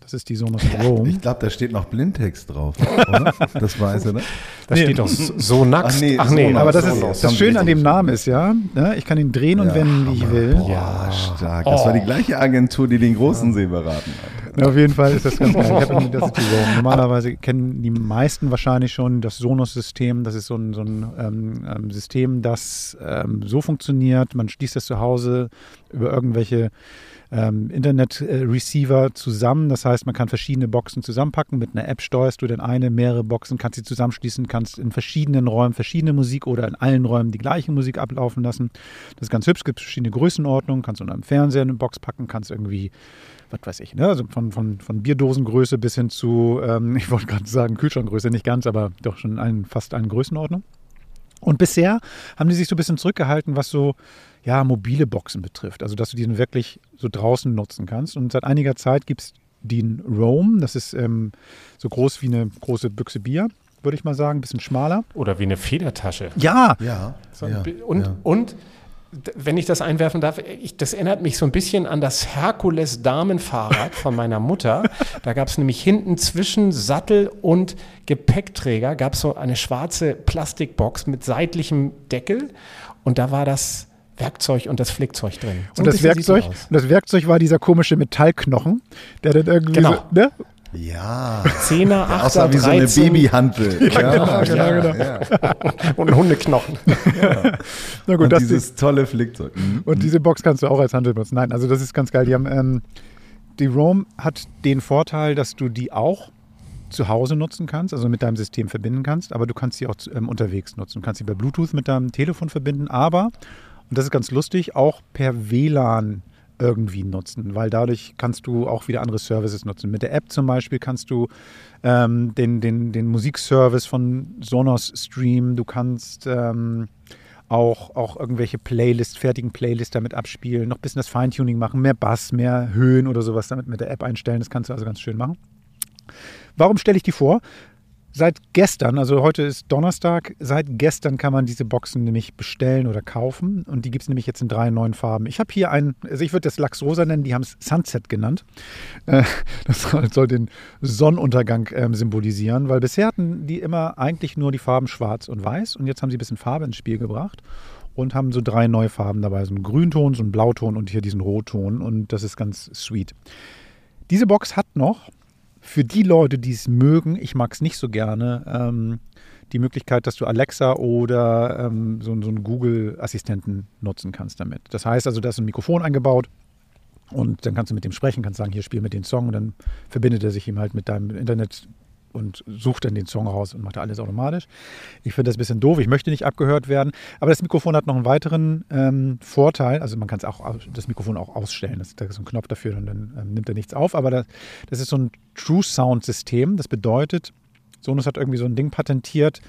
Das ist die Sonos Roam. Ich glaube, da steht noch Blindtext drauf, oder? Das Weiße, ne? Da nee. steht doch so nackt. Ach nee, Ach nee. aber das, Sonos. ist, das Schöne an dem Namen ist ja, ne, ich kann ihn drehen ja, und wenden, wie ich will. Ja, stark. Das oh. war die gleiche Agentur, die den großen See beraten hat. Ja, auf jeden Fall ist das ganz geil. Ich habe das Roam. Normalerweise kennen die meisten wahrscheinlich schon das Sonos-System. Das ist so ein, so ein ähm, System, das ähm, so funktioniert. Man schließt das zu Hause über irgendwelche Ähm, Internet-Receiver äh, zusammen. Das heißt, man kann verschiedene Boxen zusammenpacken. Mit einer App steuerst du dann eine, mehrere Boxen, kannst sie zusammenschließen, kannst in verschiedenen Räumen verschiedene Musik oder in allen Räumen die gleiche Musik ablaufen lassen. Das ist ganz hübsch. Es gibt verschiedene Größenordnungen. Kannst du in einem Fernseher eine Box packen, kannst irgendwie, was weiß ich, ne? Also von, von, von Bierdosengröße bis hin zu, ähm, ich wollte gerade sagen Kühlschrankgröße, nicht ganz, aber doch schon in fast allen Größenordnungen. Und bisher haben die sich so ein bisschen zurückgehalten, was so ja, mobile Boxen betrifft. Also, dass du die wirklich so draußen nutzen kannst. Und seit einiger Zeit gibt es den Roam. Das ist ähm, so groß wie eine große Büchse Bier, würde ich mal sagen. Ein bisschen schmaler. Oder wie eine Federtasche. Ja. Ja. So, ja und, ja. und wenn ich das einwerfen darf, ich, das erinnert mich so ein bisschen an das Herkules-Damenfahrrad von meiner Mutter. Da gab es nämlich hinten zwischen Sattel und Gepäckträger gab es so eine schwarze Plastikbox mit seitlichem Deckel und da war das Werkzeug und das Flickzeug drin. So und, das Werkzeug, und das Werkzeug war dieser komische Metallknochen, der dann irgendwie genau. so, ne? Ja. Zehner, Achter, wie dreizehn. so eine Babyhandel. Ja, ja, genau, ja, genau. Ja. Und ein Hundeknochen. Ja. Na gut, und das dieses die, tolle Flickzeug. Mhm. Und diese Box kannst du auch als Handel benutzen. Nein, also das ist ganz geil. Die haben, ähm, die Roam hat den Vorteil, dass du die auch zu Hause nutzen kannst, also mit deinem System verbinden kannst, aber du kannst sie auch ähm, unterwegs nutzen. Du kannst sie per Bluetooth mit deinem Telefon verbinden, aber, und das ist ganz lustig, auch per W L A N irgendwie nutzen, weil dadurch kannst du auch wieder andere Services nutzen. Mit der App zum Beispiel kannst du ähm, den, den, den Musikservice von Sonos streamen, du kannst ähm, auch, auch irgendwelche Playlists, fertigen Playlists damit abspielen, noch ein bisschen das Feintuning machen, mehr Bass, mehr Höhen oder sowas damit mit der App einstellen, das kannst du also ganz schön machen. Warum stelle ich die vor? Seit gestern, also heute ist Donnerstag, seit gestern kann man diese Boxen nämlich bestellen oder kaufen und die gibt es nämlich jetzt in drei neuen Farben. Ich habe hier einen, also ich würde das Lachsrosa nennen, die haben es Sunset genannt. Das soll den Sonnenuntergang symbolisieren, weil bisher hatten die immer eigentlich nur die Farben schwarz und weiß und jetzt haben sie ein bisschen Farbe ins Spiel gebracht und haben so drei neue Farben dabei, so einen Grünton, so einen Blauton und hier diesen Rotton und das ist ganz sweet. Diese Box hat noch für die Leute, die es mögen, ich mag es nicht so gerne, ähm, die Möglichkeit, dass du Alexa oder ähm, so, so einen Google-Assistenten nutzen kannst damit. Das heißt also, da ist ein Mikrofon eingebaut und dann kannst du mit dem sprechen, kannst sagen, hier spiel mit den Song und dann verbindet er sich ihm halt mit deinem Internet und sucht dann den Song raus und macht alles automatisch. Ich finde das ein bisschen doof, ich möchte nicht abgehört werden, aber das Mikrofon hat noch einen weiteren ähm, Vorteil, also man kann es auch das Mikrofon auch ausstellen, das, da ist so ein Knopf dafür und dann ähm, nimmt er nichts auf, aber das, das ist so ein True Sound System, das bedeutet, Sonos hat irgendwie so ein Ding patentiert,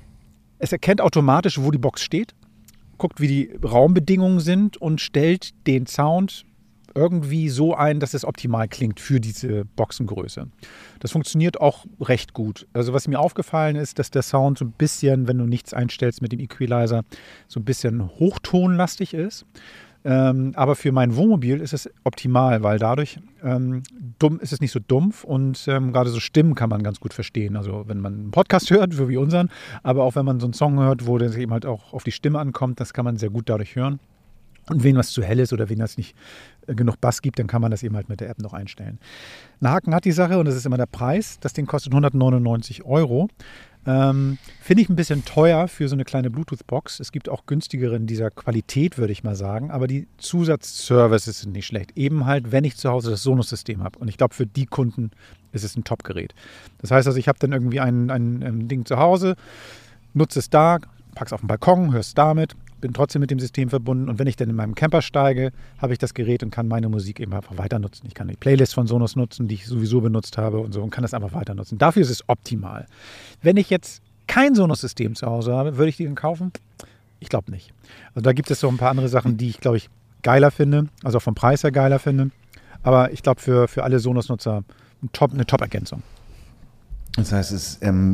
es erkennt automatisch, wo die Box steht, guckt, wie die Raumbedingungen sind und stellt den Sound irgendwie so ein, dass es optimal klingt für diese Boxengröße. Das funktioniert auch recht gut. Also was mir aufgefallen ist, dass der Sound so ein bisschen, wenn du nichts einstellst mit dem Equalizer, so ein bisschen hochtonlastig ist. Ähm, aber für mein Wohnmobil ist es optimal, weil dadurch ähm, dumm, ist es nicht so dumpf und ähm, gerade so Stimmen kann man ganz gut verstehen. Also wenn man einen Podcast hört, so wie unseren, aber auch wenn man so einen Song hört, wo der eben halt auch auf die Stimme ankommt, das kann man sehr gut dadurch hören. Und wenn was zu hell ist oder wenn das nicht genug Bass gibt, dann kann man das eben halt mit der App noch einstellen. Ein Haken hat die Sache und das ist immer der Preis. Das Ding kostet hundertneunundneunzig Euro. Ähm, Finde ich ein bisschen teuer für so eine kleine Bluetooth-Box. Es gibt auch günstigere in dieser Qualität, würde ich mal sagen. Aber die Zusatzservices sind nicht schlecht. Eben halt, wenn ich zu Hause das Sonos-System habe. Und ich glaube, für die Kunden ist es ein Top-Gerät. Das heißt also, ich habe dann irgendwie ein, ein, ein Ding zu Hause, nutze es da, pack's auf den Balkon, hör's damit, bin trotzdem mit dem System verbunden und wenn ich dann in meinem Camper steige, habe ich das Gerät und kann meine Musik eben einfach weiter nutzen. Ich kann die Playlist von Sonos nutzen, die ich sowieso benutzt habe und so und kann das einfach weiter nutzen. Dafür ist es optimal. Wenn ich jetzt kein Sonos-System zu Hause habe, würde ich die dann kaufen? Ich glaube nicht. Also da gibt es so ein paar andere Sachen, die ich, glaube ich, geiler finde, also auch vom Preis her geiler finde. Aber ich glaube, für, für alle Sonos-Nutzer ein Top, eine Top-Ergänzung. Das heißt, es, ähm,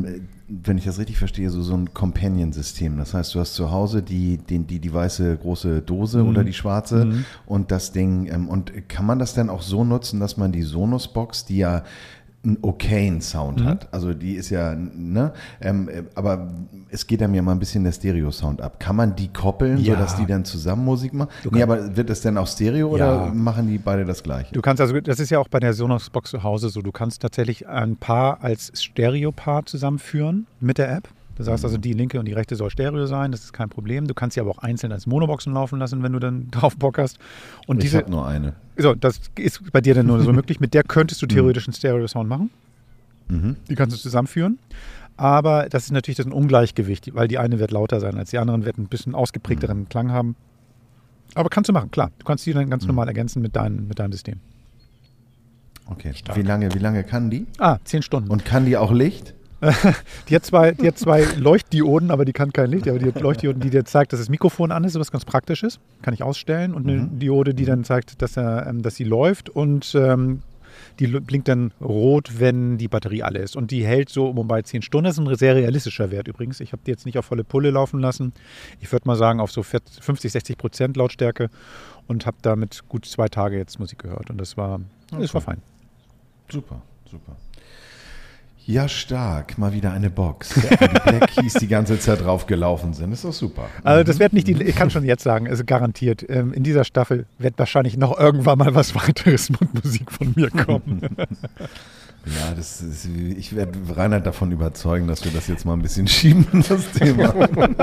wenn ich das richtig verstehe, so, so ein Companion-System. Das heißt, du hast zu Hause die, die, die, die weiße große Dose mhm. oder die schwarze mhm. und das Ding. Ähm, und kann man das dann auch so nutzen, dass man die Sonos-Box, die ja einen okayen Sound mhm. hat. Also die ist ja, ne, ähm, aber es geht einem ja mal ein bisschen der Stereo-Sound ab. Kann man die koppeln, ja. sodass die dann zusammen Musik machen? Nee, aber wird das denn auch Stereo ja. oder machen die beide das Gleiche? Du kannst also, das ist ja auch bei der Sonos-Box zu Hause so, du kannst tatsächlich ein Paar als Stereo-Paar zusammenführen mit der App. Du sagst also, die linke und die rechte soll Stereo sein, das ist kein Problem. Du kannst sie aber auch einzeln als Monoboxen laufen lassen, wenn du dann drauf Bock hast. Und ich diese, habe nur eine. So, das ist bei dir dann nur so möglich. Mit der könntest du theoretisch einen Stereo-Sound machen. Mhm. Die kannst du zusammenführen. Aber das ist natürlich das ein Ungleichgewicht, weil die eine wird lauter sein als die andere, wird ein bisschen ausgeprägteren mhm. Klang haben. Aber kannst du machen, klar. Du kannst die dann ganz mhm. normal ergänzen mit, dein, mit deinem System. Okay. Wie lange, wie lange kann die? Ah, zehn Stunden. Und kann die auch Licht? Die hat zwei, die hat zwei Leuchtdioden, aber die kann kein Licht. Aber die hat Leuchtdioden, die dir zeigt, dass das Mikrofon an ist, was ganz praktisch ist. Kann ich ausstellen. Und eine mhm. Diode, die dann zeigt, dass, er, ähm, dass sie läuft. Und ähm, die blinkt dann rot, wenn die Batterie alle ist. Und die hält so um bei zehn Stunden. Das ist ein sehr realistischer Wert übrigens. Ich habe die jetzt nicht auf volle Pulle laufen lassen. Ich würde mal sagen auf so fünfzig, sechzig Prozent Lautstärke. Und habe damit gut zwei Tage jetzt Musik gehört. Und das war, okay. das war fein. Super, super. Ja, stark. Mal wieder eine Box, wo die Black Keys die ganze Zeit drauf gelaufen sind. Ist doch super. Also das wird nicht die, ich kann schon jetzt sagen, also garantiert, in dieser Staffel wird wahrscheinlich noch irgendwann mal was weiteres mit Musik von mir kommen. Ja, das ist, ich werde Reinhard davon überzeugen, dass wir das jetzt mal ein bisschen schieben, das Thema.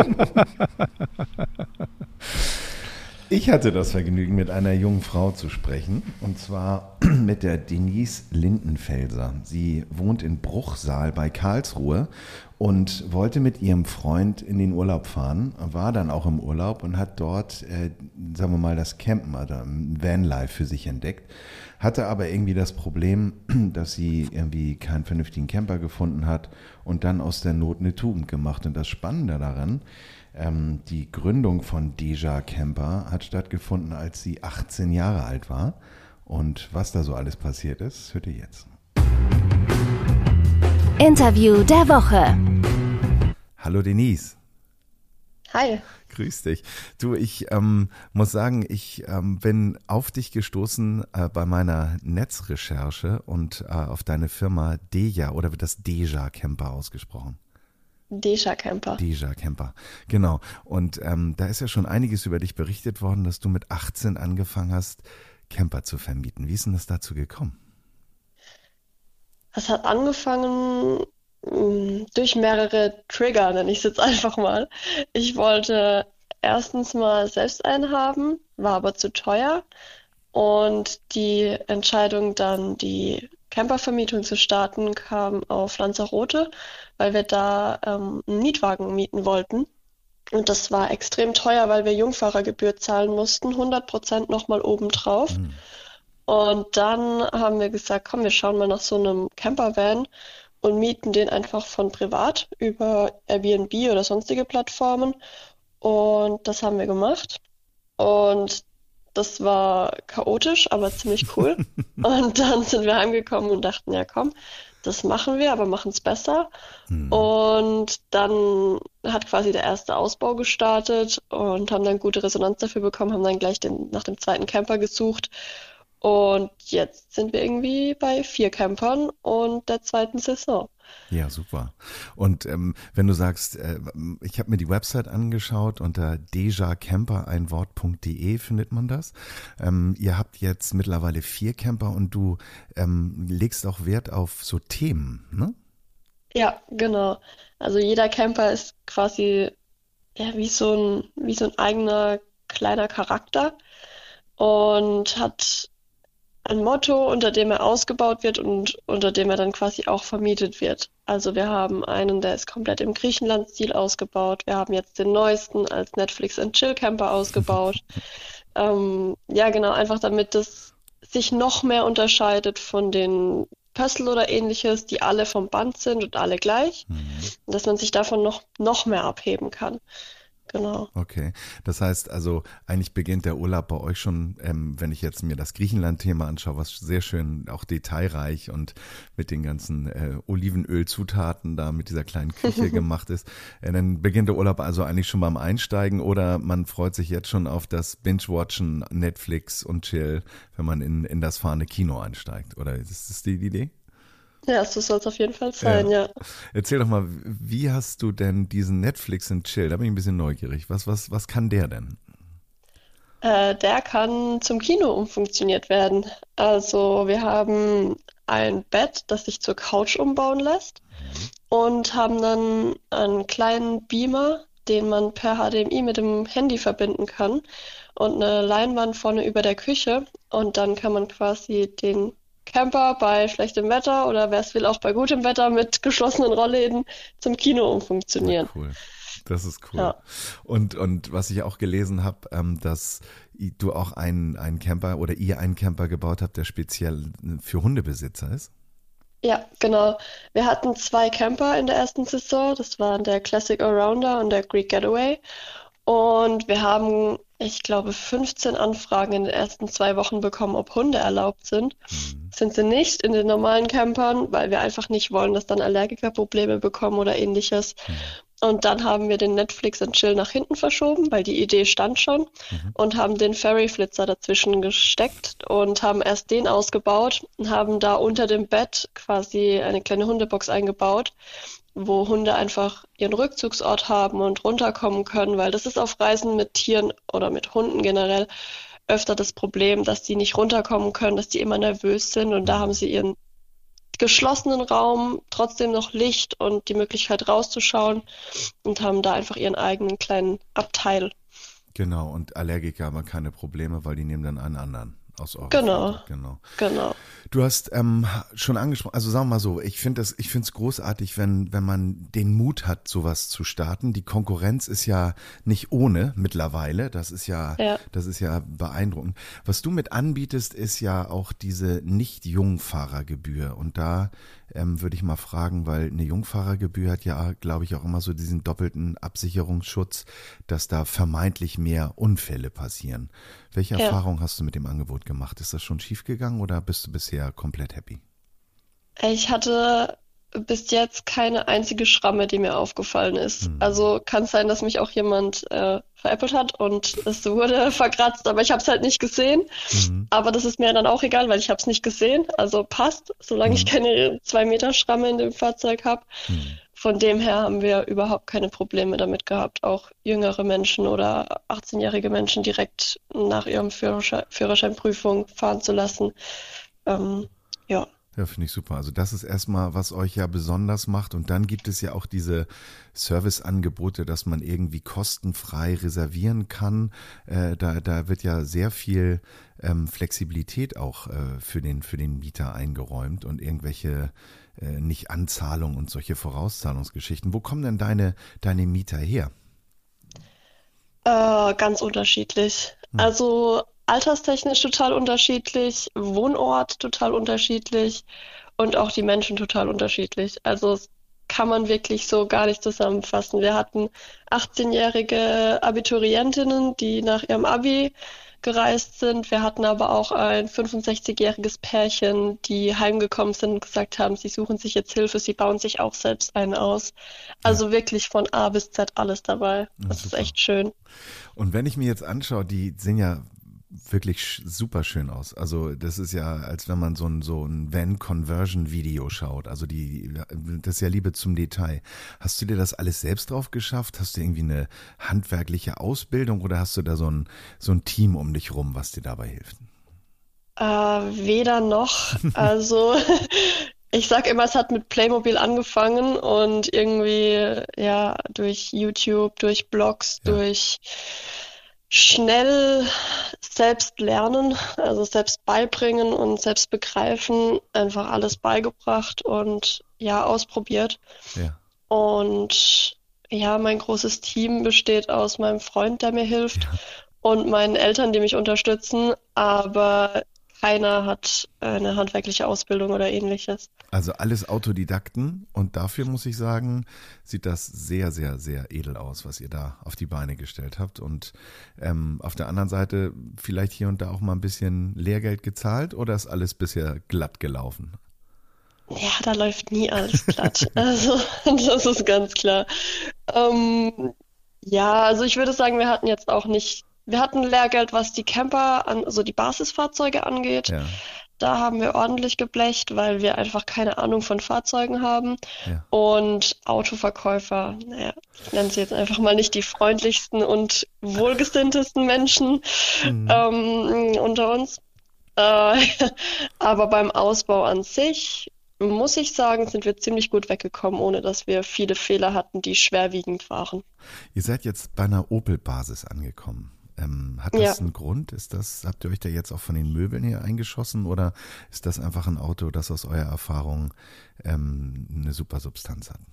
Ich hatte das Vergnügen, mit einer jungen Frau zu sprechen, und zwar mit der Denise Lindenfelser. Sie wohnt in Bruchsal bei Karlsruhe und wollte mit ihrem Freund in den Urlaub fahren, war dann auch im Urlaub und hat dort, äh, sagen wir mal, das Campen, also Vanlife für sich entdeckt, hatte aber irgendwie das Problem, dass sie irgendwie keinen vernünftigen Camper gefunden hat und dann aus der Not eine Tugend gemacht. Und das Spannende daran, Ähm, die Gründung von Deja Camper hat stattgefunden, als sie achtzehn Jahre alt war. Und was da so alles passiert ist, hört ihr jetzt. Interview der Woche. Hallo Denise. Hi. Grüß dich. Du, ich ähm, muss sagen, ich ähm, bin auf dich gestoßen äh, bei meiner Netzrecherche und äh, auf deine Firma Deja, oder wird das Deja Camper ausgesprochen? Deja Camper. Deja Camper, genau. Und ähm, da ist ja schon einiges über dich berichtet worden, dass du mit achtzehn angefangen hast, Camper zu vermieten. Wie ist denn das dazu gekommen? Es hat angefangen mh, durch mehrere Trigger, nenne ich es jetzt einfach mal. Ich wollte erstens mal selbst einen haben, war aber zu teuer. Und die Entscheidung dann, die Campervermietung zu starten, kam auf Lanzarote, weil wir da ähm, einen Mietwagen mieten wollten. Und das war extrem teuer, weil wir Jungfahrergebühr zahlen mussten, hundert Prozent nochmal obendrauf. Mhm. Und dann haben wir gesagt, komm, wir schauen mal nach so einem Campervan und mieten den einfach von privat über Airbnb oder sonstige Plattformen. Und das haben wir gemacht. Und das war chaotisch, aber ziemlich cool. Und dann sind wir heimgekommen und dachten, ja komm, das machen wir, aber machen es besser. Hm. Und dann hat quasi der erste Ausbau gestartet und haben dann gute Resonanz dafür bekommen, haben dann gleich den, nach dem zweiten Camper gesucht. Und jetzt sind wir irgendwie bei vier Campern und der zweiten Saison. Ja, super. Und ähm, wenn du sagst, äh, ich habe mir die Website angeschaut, unter dejacamper ein Wort punkt de findet man das. Ähm, ihr habt jetzt mittlerweile vier Camper und du ähm, legst auch Wert auf so Themen, ne? Ja, genau. Also jeder Camper ist quasi ja, wie so ein, wie so ein eigener kleiner Charakter und hat ein Motto, unter dem er ausgebaut wird und unter dem er dann quasi auch vermietet wird. Also wir haben einen, der ist komplett im Griechenland-Stil ausgebaut. Wir haben jetzt den neuesten als Netflix and Chill Camper ausgebaut. ähm, ja, genau, einfach damit das sich noch mehr unterscheidet von den Pössl oder ähnliches, die alle vom Band sind und alle gleich. Mhm. Dass man sich davon noch, noch mehr abheben kann. genau. Okay, das heißt also, eigentlich beginnt der Urlaub bei euch schon, ähm, wenn ich jetzt mir das Griechenland-Thema anschaue, was sehr schön, auch detailreich und mit den ganzen äh, Olivenölzutaten da mit dieser kleinen Küche gemacht ist, äh, dann beginnt der Urlaub also eigentlich schon beim Einsteigen oder man freut sich jetzt schon auf das Binge-Watchen, Netflix und Chill, wenn man in, in das fahrende Kino einsteigt, oder ist das die Idee? Ja, so soll es auf jeden Fall sein, ja. ja. Erzähl doch mal, wie hast du denn diesen Netflix and Chill? Da bin ich ein bisschen neugierig. Was, was, was kann der denn? Äh, der kann zum Kino umfunktioniert werden. Also wir haben ein Bett, das sich zur Couch umbauen lässt und haben dann einen kleinen Beamer, den man per H D M I mit dem Handy verbinden kann und eine Leinwand vorne über der Küche und dann kann man quasi den Camper bei schlechtem Wetter oder wer es will auch bei gutem Wetter mit geschlossenen Rollläden zum Kino umfunktionieren. Ja, cool. Das ist cool. Ja. Und, und was ich auch gelesen habe, ähm, dass du auch einen, einen Camper oder ihr einen Camper gebaut habt, der speziell für Hundebesitzer ist. Ja, genau. Wir hatten zwei Camper in der ersten Saison. Das waren der Classic Allrounder und der Greek Getaway. Und wir haben, ich glaube, fünfzehn Anfragen in den ersten zwei Wochen bekommen, ob Hunde erlaubt sind. Mhm. Sind sie nicht in den normalen Campern, weil wir einfach nicht wollen, dass dann Allergiker Probleme bekommen oder ähnliches. Mhm. Und dann haben wir den Netflix and Chill nach hinten verschoben, weil die Idee stand schon mhm. und haben den Fairy-Flitzer dazwischen gesteckt und haben erst den ausgebaut und haben da unter dem Bett quasi eine kleine Hundebox eingebaut, wo Hunde einfach ihren Rückzugsort haben und runterkommen können, weil das ist auf Reisen mit Tieren oder mit Hunden generell öfter das Problem, dass die nicht runterkommen können, dass die immer nervös sind und da haben sie ihren geschlossenen Raum, trotzdem noch Licht und die Möglichkeit rauszuschauen und haben da einfach ihren eigenen kleinen Abteil. Genau, und Allergiker haben keine Probleme, weil die nehmen dann einen anderen. Aus eurer genau, Seite. genau, genau. Du hast ähm, schon angesprochen, also sagen wir mal so, ich finde das, ich finde es großartig, wenn wenn man den Mut hat, sowas zu starten. Die Konkurrenz ist ja nicht ohne mittlerweile. Das ist ja, ja. das ist ja beeindruckend. Was du mit anbietest, ist ja auch diese Nicht-Jungfahrergebühr. Und da ähm, würde ich mal fragen, weil eine Jungfahrergebühr hat ja, glaube ich, auch immer so diesen doppelten Absicherungsschutz, dass da vermeintlich mehr Unfälle passieren. Welche ja. Erfahrung hast du mit dem Angebot gemacht? Ist das schon schiefgegangen oder bist du bisher komplett happy? Ich hatte bis jetzt keine einzige Schramme, die mir aufgefallen ist. Hm. Also kann es sein, dass mich auch jemand äh, veräppelt hat und es wurde verkratzt, aber ich habe es halt nicht gesehen. Hm. Aber das ist mir dann auch egal, weil ich habe es nicht gesehen. Also passt, solange hm. ich keine zwei Meter Schramme in dem Fahrzeug habe. Hm. Von dem her haben wir überhaupt keine Probleme damit gehabt, auch jüngere Menschen oder achtzehnjährige Menschen direkt nach ihrem Führerschein, Führerscheinprüfung fahren zu lassen. Ähm, ja. Ja, finde ich super. Also das ist erstmal, was euch ja besonders macht. Und dann gibt es ja auch diese Serviceangebote, dass man irgendwie kostenfrei reservieren kann. Äh, da, da wird ja sehr viel ähm, Flexibilität auch äh, für den, für den Mieter eingeräumt und irgendwelche äh, nicht Anzahlungen und solche Vorauszahlungsgeschichten. Wo kommen denn deine, deine Mieter her? Äh, ganz unterschiedlich. Hm. Also alterstechnisch total unterschiedlich, Wohnort total unterschiedlich und auch die Menschen total unterschiedlich. Also das kann man wirklich so gar nicht zusammenfassen. Wir hatten achtzehnjährige Abiturientinnen, die nach ihrem Abi gereist sind. Wir hatten aber auch ein fünfundsechzigjähriges Pärchen, die heimgekommen sind und gesagt haben, sie suchen sich jetzt Hilfe, sie bauen sich auch selbst einen aus. Also ja. wirklich von A bis Z alles dabei. Das ja, ist echt schön. Und wenn ich mir jetzt anschaue, die sind ja wirklich super schön aus. Also das ist ja, als wenn man so ein so ein Van-Conversion-Video schaut. Also die, das ist ja Liebe zum Detail. Hast du dir das alles selbst drauf geschafft? Hast du irgendwie eine handwerkliche Ausbildung oder hast du da so ein so ein Team um dich rum, was dir dabei hilft? Äh, weder noch. Also ich sag immer, es hat mit Playmobil angefangen und irgendwie ja durch YouTube, durch Blogs, ja. durch schnell selbst lernen, also selbst beibringen und selbst begreifen, einfach alles beigebracht und ja, ausprobiert. Ja. Und ja, mein großes Team besteht aus meinem Freund, der mir hilft, ja. und meinen Eltern, die mich unterstützen, aber keiner hat eine handwerkliche Ausbildung oder ähnliches. Also alles Autodidakten und dafür muss ich sagen, sieht das sehr, sehr, sehr edel aus, was ihr da auf die Beine gestellt habt. Und ähm, auf der anderen Seite vielleicht hier und da auch mal ein bisschen Lehrgeld gezahlt oder ist alles bisher glatt gelaufen? Ja, da läuft nie alles glatt. Also das ist ganz klar. Ähm, ja, also ich würde sagen, wir hatten jetzt auch nicht, wir hatten Lehrgeld, was die Camper, an, also die Basisfahrzeuge angeht. Ja. Da haben wir ordentlich geblecht, weil wir einfach keine Ahnung von Fahrzeugen haben. Ja. Und Autoverkäufer, naja, ich nenne sie jetzt einfach mal nicht die freundlichsten und wohlgesinntesten Menschen Mhm. ähm, unter uns. Äh, aber beim Ausbau an sich, muss ich sagen, sind wir ziemlich gut weggekommen, ohne dass wir viele Fehler hatten, die schwerwiegend waren. Ihr seid jetzt bei einer Opel-Basis angekommen. Ähm, hat das Ja. einen Grund? Ist das, habt ihr euch da jetzt auch von den Möbeln her eingeschossen oder ist das einfach ein Auto, das aus eurer Erfahrung ähm, eine super Substanz hat?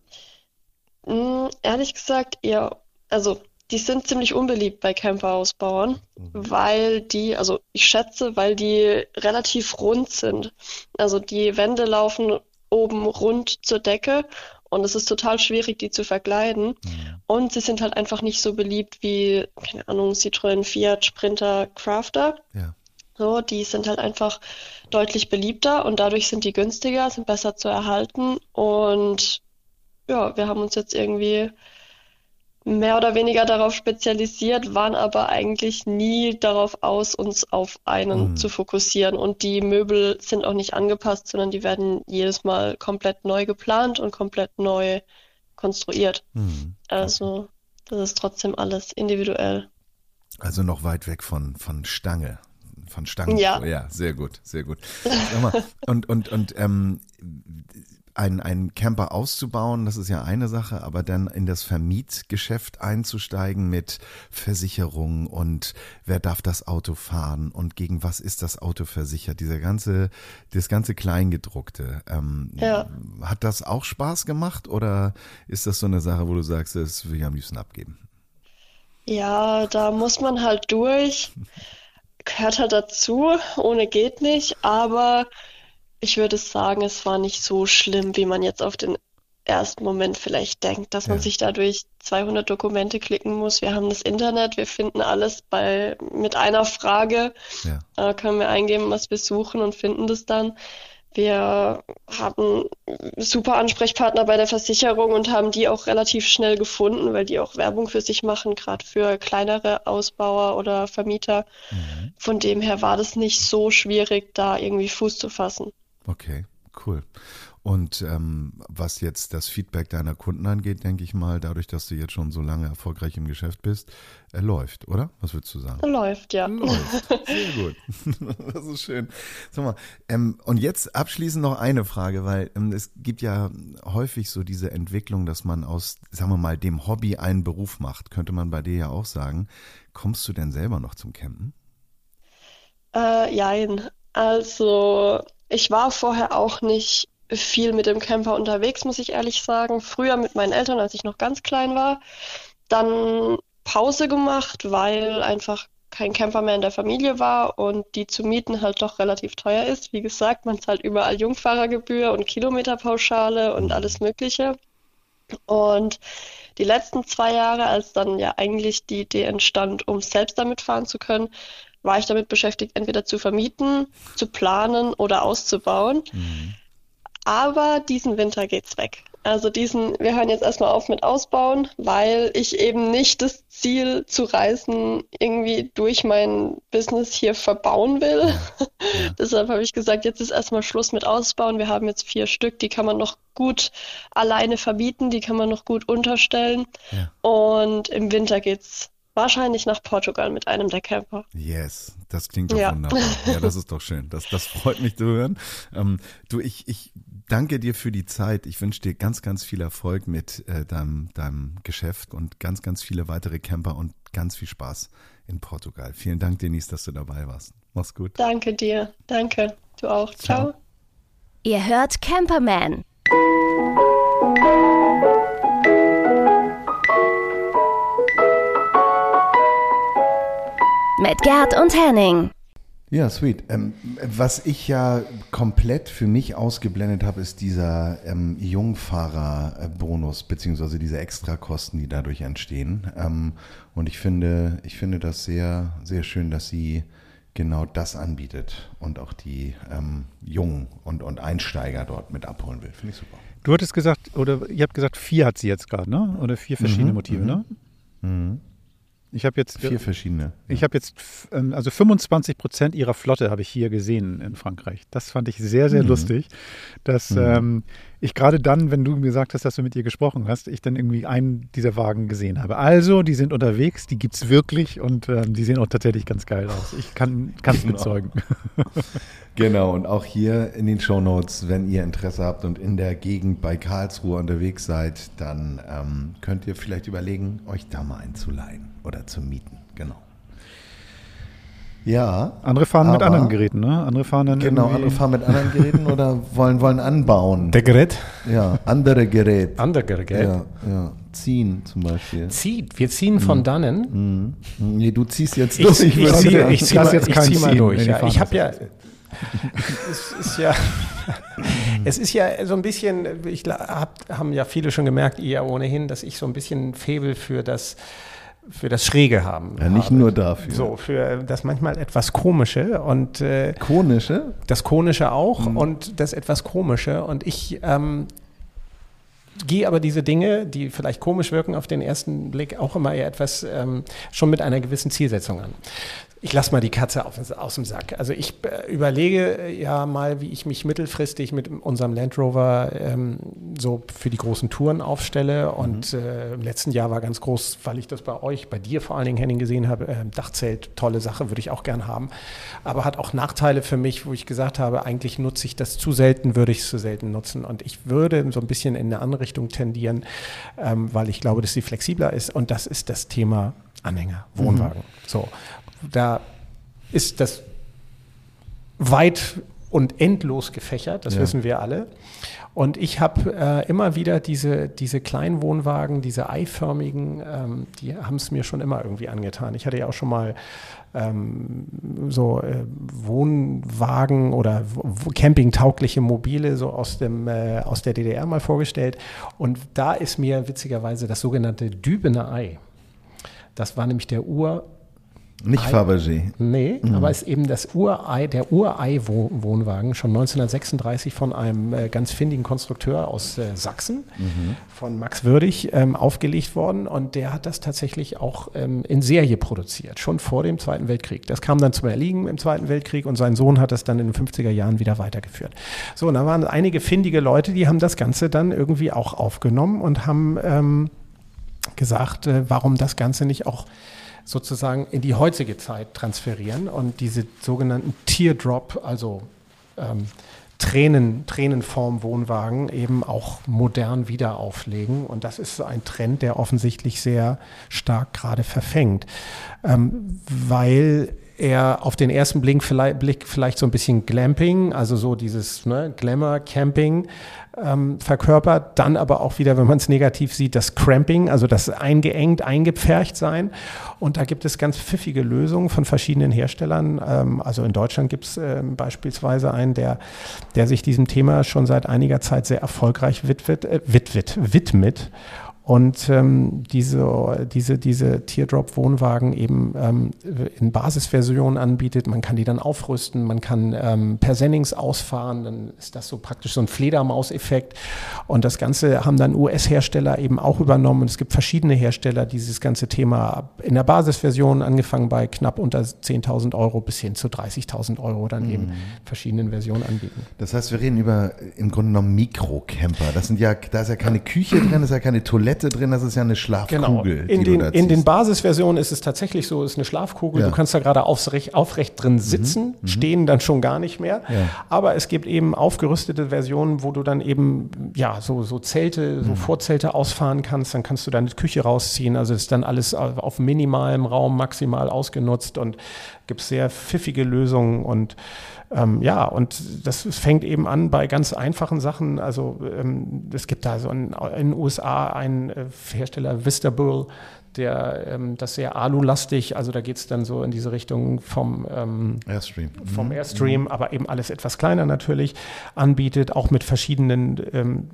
Mm, ehrlich gesagt, eher, also die sind ziemlich unbeliebt bei Camperausbauern, weil die, also ich schätze, weil die relativ rund sind. Also die Wände laufen oben rund zur Decke und es ist total schwierig, die zu verkleiden. Und sie sind halt einfach nicht so beliebt wie, keine Ahnung, Citroën, Fiat, Sprinter, Crafter. Ja. So, die sind halt einfach deutlich beliebter und dadurch sind die günstiger, sind besser zu erhalten. Und ja, wir haben uns jetzt irgendwie mehr oder weniger darauf spezialisiert, waren aber eigentlich nie darauf aus, uns auf einen Mhm. zu fokussieren. Und die Möbel sind auch nicht angepasst, sondern die werden jedes Mal komplett neu geplant und komplett neu konstruiert. Mhm. Also das ist trotzdem alles individuell. Also noch weit weg von, von Stange. Von Stangen. Ja. Ja, sehr gut, sehr gut. Sag mal, und und, und ähm, ein, ein Camper auszubauen, das ist ja eine Sache, aber dann in das Vermietgeschäft einzusteigen mit Versicherung und wer darf das Auto fahren und gegen was ist das Auto versichert, dieser ganze, das ganze Kleingedruckte. Ähm, Ja. Hat das auch Spaß gemacht oder ist das so eine Sache, wo du sagst, das will ich am liebsten abgeben? Ja, da muss man halt durch. Gehört halt dazu, ohne geht nicht, aber ich würde sagen, es war nicht so schlimm, wie man jetzt auf den ersten Moment vielleicht denkt, dass man Ja. sich da durch zweihundert Dokumente klicken muss. Wir haben das Internet, wir finden alles bei mit einer Frage, Ja. äh, können wir eingeben, was wir suchen und finden das dann. Wir haben super Ansprechpartner bei der Versicherung und haben die auch relativ schnell gefunden, weil die auch Werbung für sich machen, gerade für kleinere Ausbauer oder Vermieter. Mhm. Von dem her war das nicht so schwierig, da irgendwie Fuß zu fassen. Okay, cool. Und ähm, was jetzt das Feedback deiner Kunden angeht, denke ich mal, dadurch, dass du jetzt schon so lange erfolgreich im Geschäft bist, äh, läuft, oder? Was würdest du sagen? Läuft, ja. Läuft. Sehr gut. Das ist schön. Sag mal, ähm, und jetzt abschließend noch eine Frage, weil ähm, es gibt ja häufig so diese Entwicklung, dass man aus, sagen wir mal, dem Hobby einen Beruf macht. Könnte man bei dir ja auch sagen. Kommst du denn selber noch zum Campen? Äh, jein. Also, ich war vorher auch nicht viel mit dem Camper unterwegs, muss ich ehrlich sagen. Früher mit meinen Eltern, als ich noch ganz klein war. Dann Pause gemacht, weil einfach kein Camper mehr in der Familie war und die zu mieten halt doch relativ teuer ist. Wie gesagt, man zahlt überall Jungfahrergebühr und Kilometerpauschale und alles Mögliche. Und die letzten zwei Jahre, als dann ja eigentlich die Idee entstand, um selbst damit fahren zu können, war ich damit beschäftigt, entweder zu vermieten, zu planen oder auszubauen. Mhm. Aber diesen Winter geht's weg. Also diesen, wir hören jetzt erstmal auf mit Ausbauen, weil ich eben nicht das Ziel zu reisen irgendwie durch mein Business hier verbauen will. Ja. Deshalb habe ich gesagt, jetzt ist erstmal Schluss mit Ausbauen. Wir haben jetzt vier Stück, die kann man noch gut alleine verbieten, die kann man noch gut unterstellen. Ja. Und im Winter geht's wahrscheinlich nach Portugal mit einem der Camper. Yes, das klingt doch Ja. wunderbar. Ja, das ist doch schön. Das, das freut mich zu hören. Ähm, du, ich, ich danke dir für die Zeit. Ich wünsche dir ganz, ganz viel Erfolg mit äh, deinem, deinem Geschäft und ganz, ganz viele weitere Camper und ganz viel Spaß in Portugal. Vielen Dank, Denise, dass du dabei warst. Mach's gut. Danke dir. Danke. Du auch. Ciao. Ciao. Ihr hört Camperman. Mit Gerd und Henning. Ja, sweet. Ähm, was ich ja komplett für mich ausgeblendet habe, ist dieser ähm, Jungfahrer-Bonus, beziehungsweise diese Extrakosten, die dadurch entstehen. Ähm, und ich finde, ich finde das sehr, sehr schön, dass sie genau das anbietet und auch die ähm, Jungen und, und Einsteiger dort mit abholen will. Finde ich super. Du hattest gesagt, oder ihr habt gesagt, vier hat sie jetzt gerade, ne? Oder vier verschiedene Mhm, Motive, mhm. ne? Mhm. Ich habe jetzt Vier verschiedene. Ich habe jetzt, ähm, also fünfundzwanzig Prozent ihrer Flotte habe ich hier gesehen in Frankreich. Das fand ich sehr, sehr Mhm. lustig, dass Mhm. ähm, ich gerade dann, wenn du mir gesagt hast, dass du mit ihr gesprochen hast, ich dann irgendwie einen dieser Wagen gesehen habe. Also, die sind unterwegs, die gibt es wirklich und ähm, die sehen auch tatsächlich ganz geil aus. Ich kann es Genau. bezeugen. Genau, und auch hier in den Shownotes, wenn ihr Interesse habt und in der Gegend bei Karlsruhe unterwegs seid, dann ähm, könnt ihr vielleicht überlegen, euch da mal einzuleihen oder zu mieten. Genau. Ja. Andere fahren mit aber- anderen Geräten, ne? Andere fahren dann Genau, irgendwie- andere fahren mit anderen Geräten oder wollen, wollen anbauen. Der Gerät? Ja, andere Geräte. Andere Gerät. Ja, ja. Ziehen zum Beispiel. Zieht. Wir ziehen von dannen. Mhm. Nee, du ziehst jetzt Ich, durch. ich, ich, würde ziehe, sagen. ich zieh Lass mal, jetzt ich keinen zieh mal ziehen, durch. wenn die Ja. fahren Ich habe ja, lassen. es ist ja, es ist ja so ein bisschen, ich hab, haben ja viele schon gemerkt, ihr ohnehin, dass ich so ein bisschen Faible für das, für das Schräge haben. Ja, nicht habe. nur dafür. So, für das manchmal etwas Komische und äh, Konische? das Konische auch und das etwas Komische. Und ich ähm, gehe aber diese Dinge, die vielleicht komisch wirken auf den ersten Blick, auch immer eher etwas ähm, schon mit einer gewissen Zielsetzung an. Ich lasse mal die Katze auf, aus dem Sack. Also ich äh, überlege äh, ja mal, wie ich mich mittelfristig mit unserem Land Rover ähm, so für die großen Touren aufstelle. Und äh, im letzten Jahr war ganz groß, weil ich das bei euch, bei dir vor allen Dingen, Henning, gesehen habe, äh, Dachzelt, tolle Sache, würde ich auch gern haben. Aber hat auch Nachteile für mich, wo ich gesagt habe, eigentlich nutze ich das zu selten, würde ich es zu selten nutzen. Und ich würde so ein bisschen in eine andere Richtung tendieren, ähm, weil ich glaube, dass sie flexibler ist. Und das ist das Thema Anhänger, Wohnwagen. So. Da ist das weit und endlos gefächert, das Ja. wissen wir alle. Und ich habe äh, immer wieder diese, diese kleinen Wohnwagen, diese eiförmigen, ähm, die haben es mir schon immer irgendwie angetan. Ich hatte ja auch schon mal ähm, so äh, Wohnwagen oder w- campingtaugliche Mobile so aus, dem, äh, aus der D D R mal vorgestellt. Und da ist mir witzigerweise das sogenannte Dübener Ei. Das war nämlich der Ur- Nicht Ei- Fabergé. Nee, aber ist eben das Urei, der Urei-Wohnwagen, schon neunzehnhundertsechsunddreißig von einem äh, ganz findigen Konstrukteur aus äh, Sachsen, von Max Würdig, ähm, aufgelegt worden. Und der hat das tatsächlich auch ähm, in Serie produziert, schon vor dem Zweiten Weltkrieg. Das kam dann zum Erliegen im Zweiten Weltkrieg und sein Sohn hat das dann in den fünfziger Jahren wieder weitergeführt. So, und da waren einige findige Leute, die haben das Ganze dann irgendwie auch aufgenommen und haben ähm, gesagt, äh, warum das Ganze nicht auch sozusagen in die heutige Zeit transferieren und diese sogenannten Teardrop, also ähm, Tränen, Tränenform-Wohnwagen eben auch modern wieder auflegen. Und das ist ein Trend, der offensichtlich sehr stark gerade verfängt, ähm, weil er auf den ersten Blick vielleicht, Blick vielleicht so ein bisschen Glamping, also so dieses ne, Glamour-Camping ähm, verkörpert, dann aber auch wieder, wenn man es negativ sieht, das Cramping, also das eingeengt, eingepfercht sein. Und da gibt es ganz pfiffige Lösungen von verschiedenen Herstellern. Ähm, also in Deutschland gibt es ähm, beispielsweise einen, der, der sich diesem Thema schon seit einiger Zeit sehr erfolgreich widmet, äh, widmet, widmet. Und ähm, diese, diese, diese Teardrop-Wohnwagen eben ähm, in Basisversionen anbietet. Man kann die dann aufrüsten, man kann ähm, per Sennings ausfahren, dann ist das so praktisch so ein Fledermaus-Effekt. Und das Ganze haben dann U S-Hersteller eben auch übernommen. Und es gibt verschiedene Hersteller, die dieses ganze Thema in der Basisversion, angefangen bei knapp unter zehntausend Euro bis hin zu dreißigtausend Euro, dann mhm. eben in verschiedenen Versionen anbieten. Das heißt, wir reden über im Grunde genommen Mikrocamper. Das sind ja, da ist ja keine Küche drin, da ist ja keine Toilette drin, das ist ja eine Schlafkugel. Genau. In, die den, du da in den ziehst. Basisversionen ist es tatsächlich so, es ist eine Schlafkugel. Ja. Du kannst da gerade aufrecht, aufrecht drin sitzen, mhm. stehen dann schon gar nicht mehr. Ja. Aber es gibt eben aufgerüstete Versionen, wo du dann eben ja so, so Zelte, so mhm. Vorzelte ausfahren kannst. Dann kannst du deine Küche rausziehen. Also ist dann alles auf minimalem Raum maximal ausgenutzt und gibt sehr pfiffige Lösungen und Ähm, ja, und das fängt eben an bei ganz einfachen Sachen. Also ähm, es gibt da so ein, in den U S A einen äh, Hersteller, Vistabull, Der, ähm, das ist sehr alulastig, also da geht es dann so in diese Richtung vom ähm, Airstream, vom mhm. Airstream, aber eben alles etwas kleiner natürlich, anbietet, auch mit verschiedenen ähm,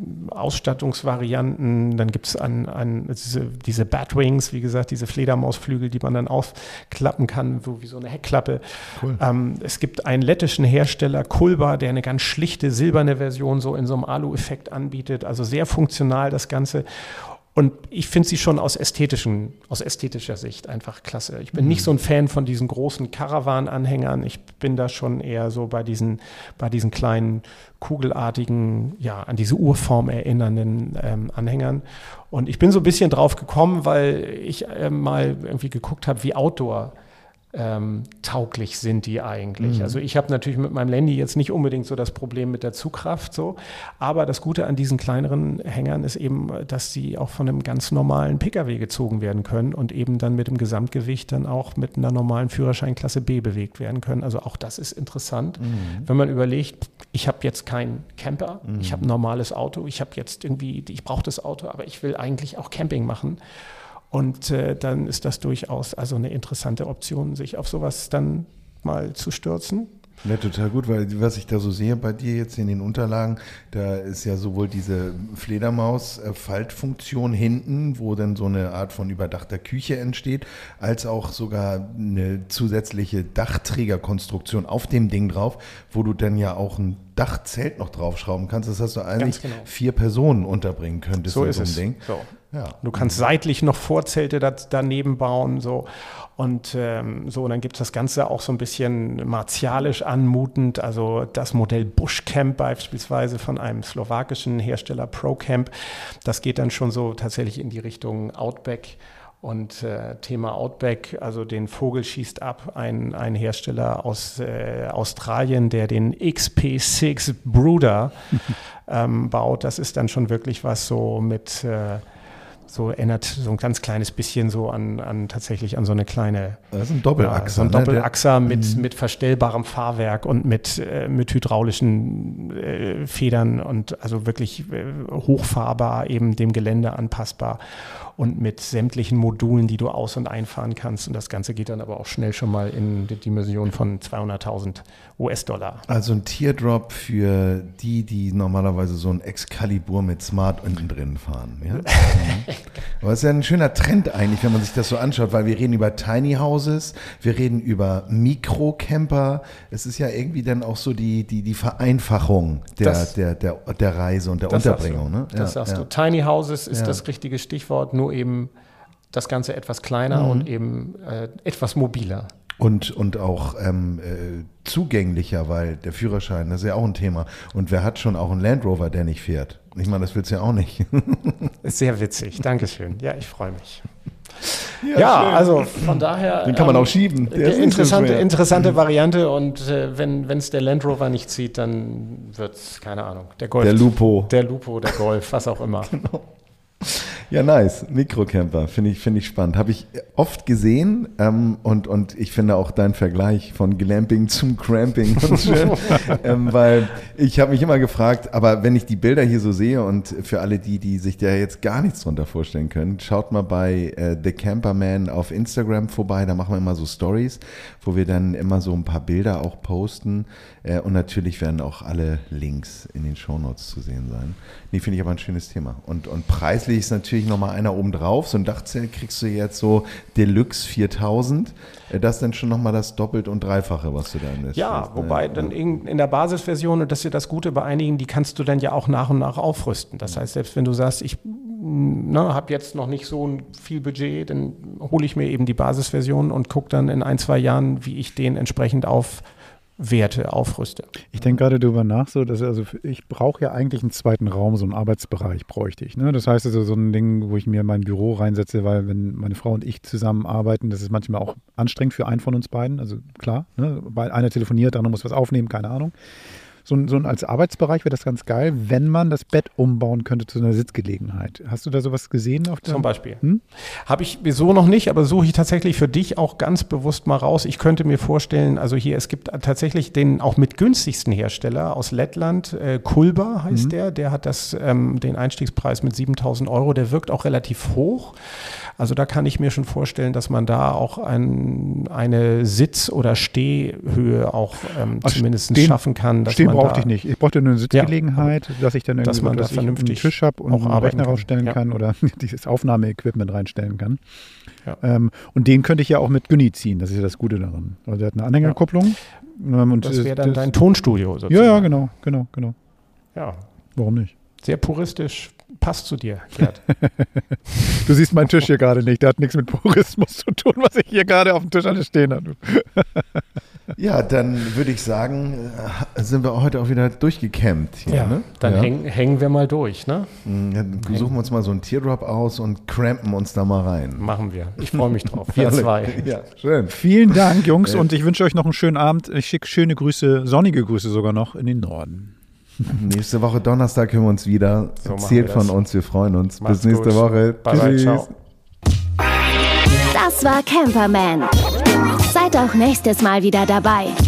Ausstattungsvarianten. Dann gibt es an, an diese, diese Batwings, wie gesagt, diese Fledermausflügel, die man dann aufklappen kann, so wie so eine Heckklappe. Cool. Ähm, es gibt einen lettischen Hersteller, Kulba, der eine ganz schlichte silberne Version so in so einem Alu-Effekt anbietet, also sehr funktional das Ganze. Und ich finde sie schon aus ästhetischen, aus ästhetischer Sicht einfach klasse. Ich bin mhm. nicht so ein Fan von diesen großen Caravan-Anhängern. Ich bin da schon eher so bei diesen, bei diesen kleinen, kugelartigen, ja, an diese Urform erinnernden ähm, Anhängern. Und ich bin so ein bisschen drauf gekommen, weil ich äh, mal irgendwie geguckt habe, wie Outdoor Ähm, tauglich sind die eigentlich. Mhm. Also ich habe natürlich mit meinem Landy jetzt nicht unbedingt so das Problem mit der Zugkraft, so, aber das Gute an diesen kleineren Hängern ist eben, dass sie auch von einem ganz normalen Pkw gezogen werden können und eben dann mit dem Gesamtgewicht dann auch mit einer normalen Führerscheinklasse B bewegt werden können. Also auch das ist interessant, mhm. wenn man überlegt, ich habe jetzt keinen Camper, mhm. ich habe ein normales Auto, ich habe jetzt irgendwie, ich brauche das Auto, aber ich will eigentlich auch Camping machen. Und äh, dann ist das durchaus also eine interessante Option, sich auf sowas dann mal zu stürzen. Ja, total gut, weil was ich da so sehe bei dir jetzt in den Unterlagen, da ist ja sowohl diese Fledermaus-Faltfunktion hinten, wo dann so eine Art von überdachter Küche entsteht, als auch sogar eine zusätzliche Dachträgerkonstruktion auf dem Ding drauf, wo du dann ja auch ein Dachzelt noch draufschrauben kannst. Das heißt, du eigentlich genau. vier Personen unterbringen könntest. So ist es. Ding. So. Ja. Du kannst seitlich noch Vorzelte da, daneben bauen, so. Und ähm, so, und dann gibt es das Ganze auch so ein bisschen martialisch anmutend. Also das Modell Bushcamp beispielsweise von einem slowakischen Hersteller ProCamp, das geht dann schon so tatsächlich in die Richtung Outback. Und äh, Thema Outback, also den Vogel schießt ab, ein, ein Hersteller aus äh, Australien, der den X P sechs Brooder ähm, baut. Das ist dann schon wirklich was so mit... Äh, So erinnert so ein ganz kleines bisschen so an, an tatsächlich an so eine kleine. Das ist ein Doppelachser. Ja, so ein Doppelachser ne? mit, mhm. mit verstellbarem Fahrwerk und mit, äh, mit hydraulischen äh, Federn und also wirklich äh, hochfahrbar, eben dem Gelände anpassbar und mit sämtlichen Modulen, die du aus- und einfahren kannst. Und das Ganze geht dann aber auch schnell schon mal in die Dimension von zweihunderttausend U S-Dollar. Also ein Teardrop für die, die normalerweise so ein Excalibur mit Smart unten drin fahren. Ja? Aber es ist ja ein schöner Trend eigentlich, wenn man sich das so anschaut, weil wir reden über Tiny Houses, wir reden über Mikrocamper. Es ist ja irgendwie dann auch so die, die, die Vereinfachung der, das, der, der, der Reise und der Unterbringung. Ne? Das ja, sagst ja. du. Tiny Houses ist ja. das richtige Stichwort, nur eben das Ganze etwas kleiner mhm. und eben äh, etwas mobiler. Und, und auch ähm, äh, zugänglicher, weil der Führerschein, das ist ja auch ein Thema. Und wer hat schon auch einen Land Rover, der nicht fährt? Ich meine, das willst du ja auch nicht. Ist sehr witzig, Dankeschön. Ja, ich freue mich. Ja, ja also von daher. Den kann man ähm, auch schieben. Der interessante, interessante Variante und äh, wenn es der Land Rover nicht zieht, dann wird es, keine Ahnung, der Golf. Der Lupo. Der Lupo, der Golf, was auch immer. Genau. Ja, nice. Mikrocamper, finde ich, finde ich spannend. Habe ich oft gesehen ähm, und, und ich finde auch dein Vergleich von Glamping zum Cramping ganz schön, ähm, weil ich habe mich immer gefragt, aber wenn ich die Bilder hier so sehe und für alle die, die sich da jetzt gar nichts drunter vorstellen können, schaut mal bei äh, The Camperman auf Instagram vorbei, da machen wir immer so Stories, wo wir dann immer so ein paar Bilder auch posten äh, und natürlich werden auch alle Links in den Shownotes zu sehen sein. Nee, finde ich aber ein schönes Thema und, und preislich ist natürlich nochmal einer oben drauf. So ein Dachzelt kriegst du jetzt so Deluxe viertausend. Das ist dann schon nochmal das Doppelt- und Dreifache, was du da investierst. Ja, wobei dann in, in der Basisversion, und das ist ja das Gute bei einigen, die kannst du dann ja auch nach und nach aufrüsten. Das heißt, selbst wenn du sagst, ich ne, habe jetzt noch nicht so viel Budget, dann hole ich mir eben die Basisversion und gucke dann in ein, zwei Jahren, wie ich den entsprechend auf Werte aufrüste. Ich denke gerade darüber nach, so dass also ich brauche ja eigentlich einen zweiten Raum, so einen Arbeitsbereich bräuchte ich. Ne? Das heißt also so ein Ding, wo ich mir mein Büro reinsetze, weil wenn meine Frau und ich zusammen arbeiten, das ist manchmal auch anstrengend für einen von uns beiden. Also klar, ne? Weil einer telefoniert, der andere muss was aufnehmen, keine Ahnung. So, so als Arbeitsbereich wäre das ganz geil, wenn man das Bett umbauen könnte zu einer Sitzgelegenheit. Hast du da sowas gesehen? Auf der Zum Beispiel. Hm? Habe ich so noch nicht, aber suche ich tatsächlich für dich auch ganz bewusst mal raus. Ich könnte mir vorstellen, also hier, es gibt tatsächlich den auch mit günstigsten Hersteller aus Lettland, äh, Kulba heißt mhm. der, der hat das, ähm, den Einstiegspreis mit siebentausend Euro, der wirkt auch relativ hoch. Also da kann ich mir schon vorstellen, dass man da auch ein, eine Sitz- oder Stehhöhe auch ähm, also zumindest stehen, schaffen kann. Dass stehen man brauchte da, ich nicht. Ich brauchte nur eine Sitzgelegenheit, ja, dass ich dann irgendwie dass man dass da vernünftig einen Tisch habe und einen Rechner kann. rausstellen ja. kann oder dieses Aufnahmeequipment reinstellen kann. Ja. Ähm, und den könnte ich ja auch mit Günni ziehen. Das ist ja das Gute daran. Also der hat eine Anhängerkupplung. Ja. Und das wäre dann das, dein Tonstudio sozusagen. Ja, ja, genau, genau, genau. Ja. Warum nicht? Sehr puristisch. Passt zu dir, Gerd. Du siehst meinen Tisch hier gerade nicht. Der hat nichts mit Purismus zu tun, was ich hier gerade auf dem Tisch alles stehen habe. Ja, dann würde ich sagen, sind wir heute auch wieder durchgecampt hier. Ja, ne? dann ja. Häng, hängen wir mal durch, ne? Dann suchen wir uns mal so einen Teardrop aus und crampen uns da mal rein. Machen wir. Ich freue mich drauf. Wir zwei. Ja, schön. Vielen Dank, Jungs, und ich wünsche euch noch einen schönen Abend. Ich schicke schöne Grüße, sonnige Grüße sogar noch in den Norden. Nächste Woche Donnerstag hören wir uns wieder. So Erzählt von uns, wir freuen uns. Macht's Bis nächste gut. Woche. Bye, bye, ciao. Das war Camperman. Seid auch nächstes Mal wieder dabei.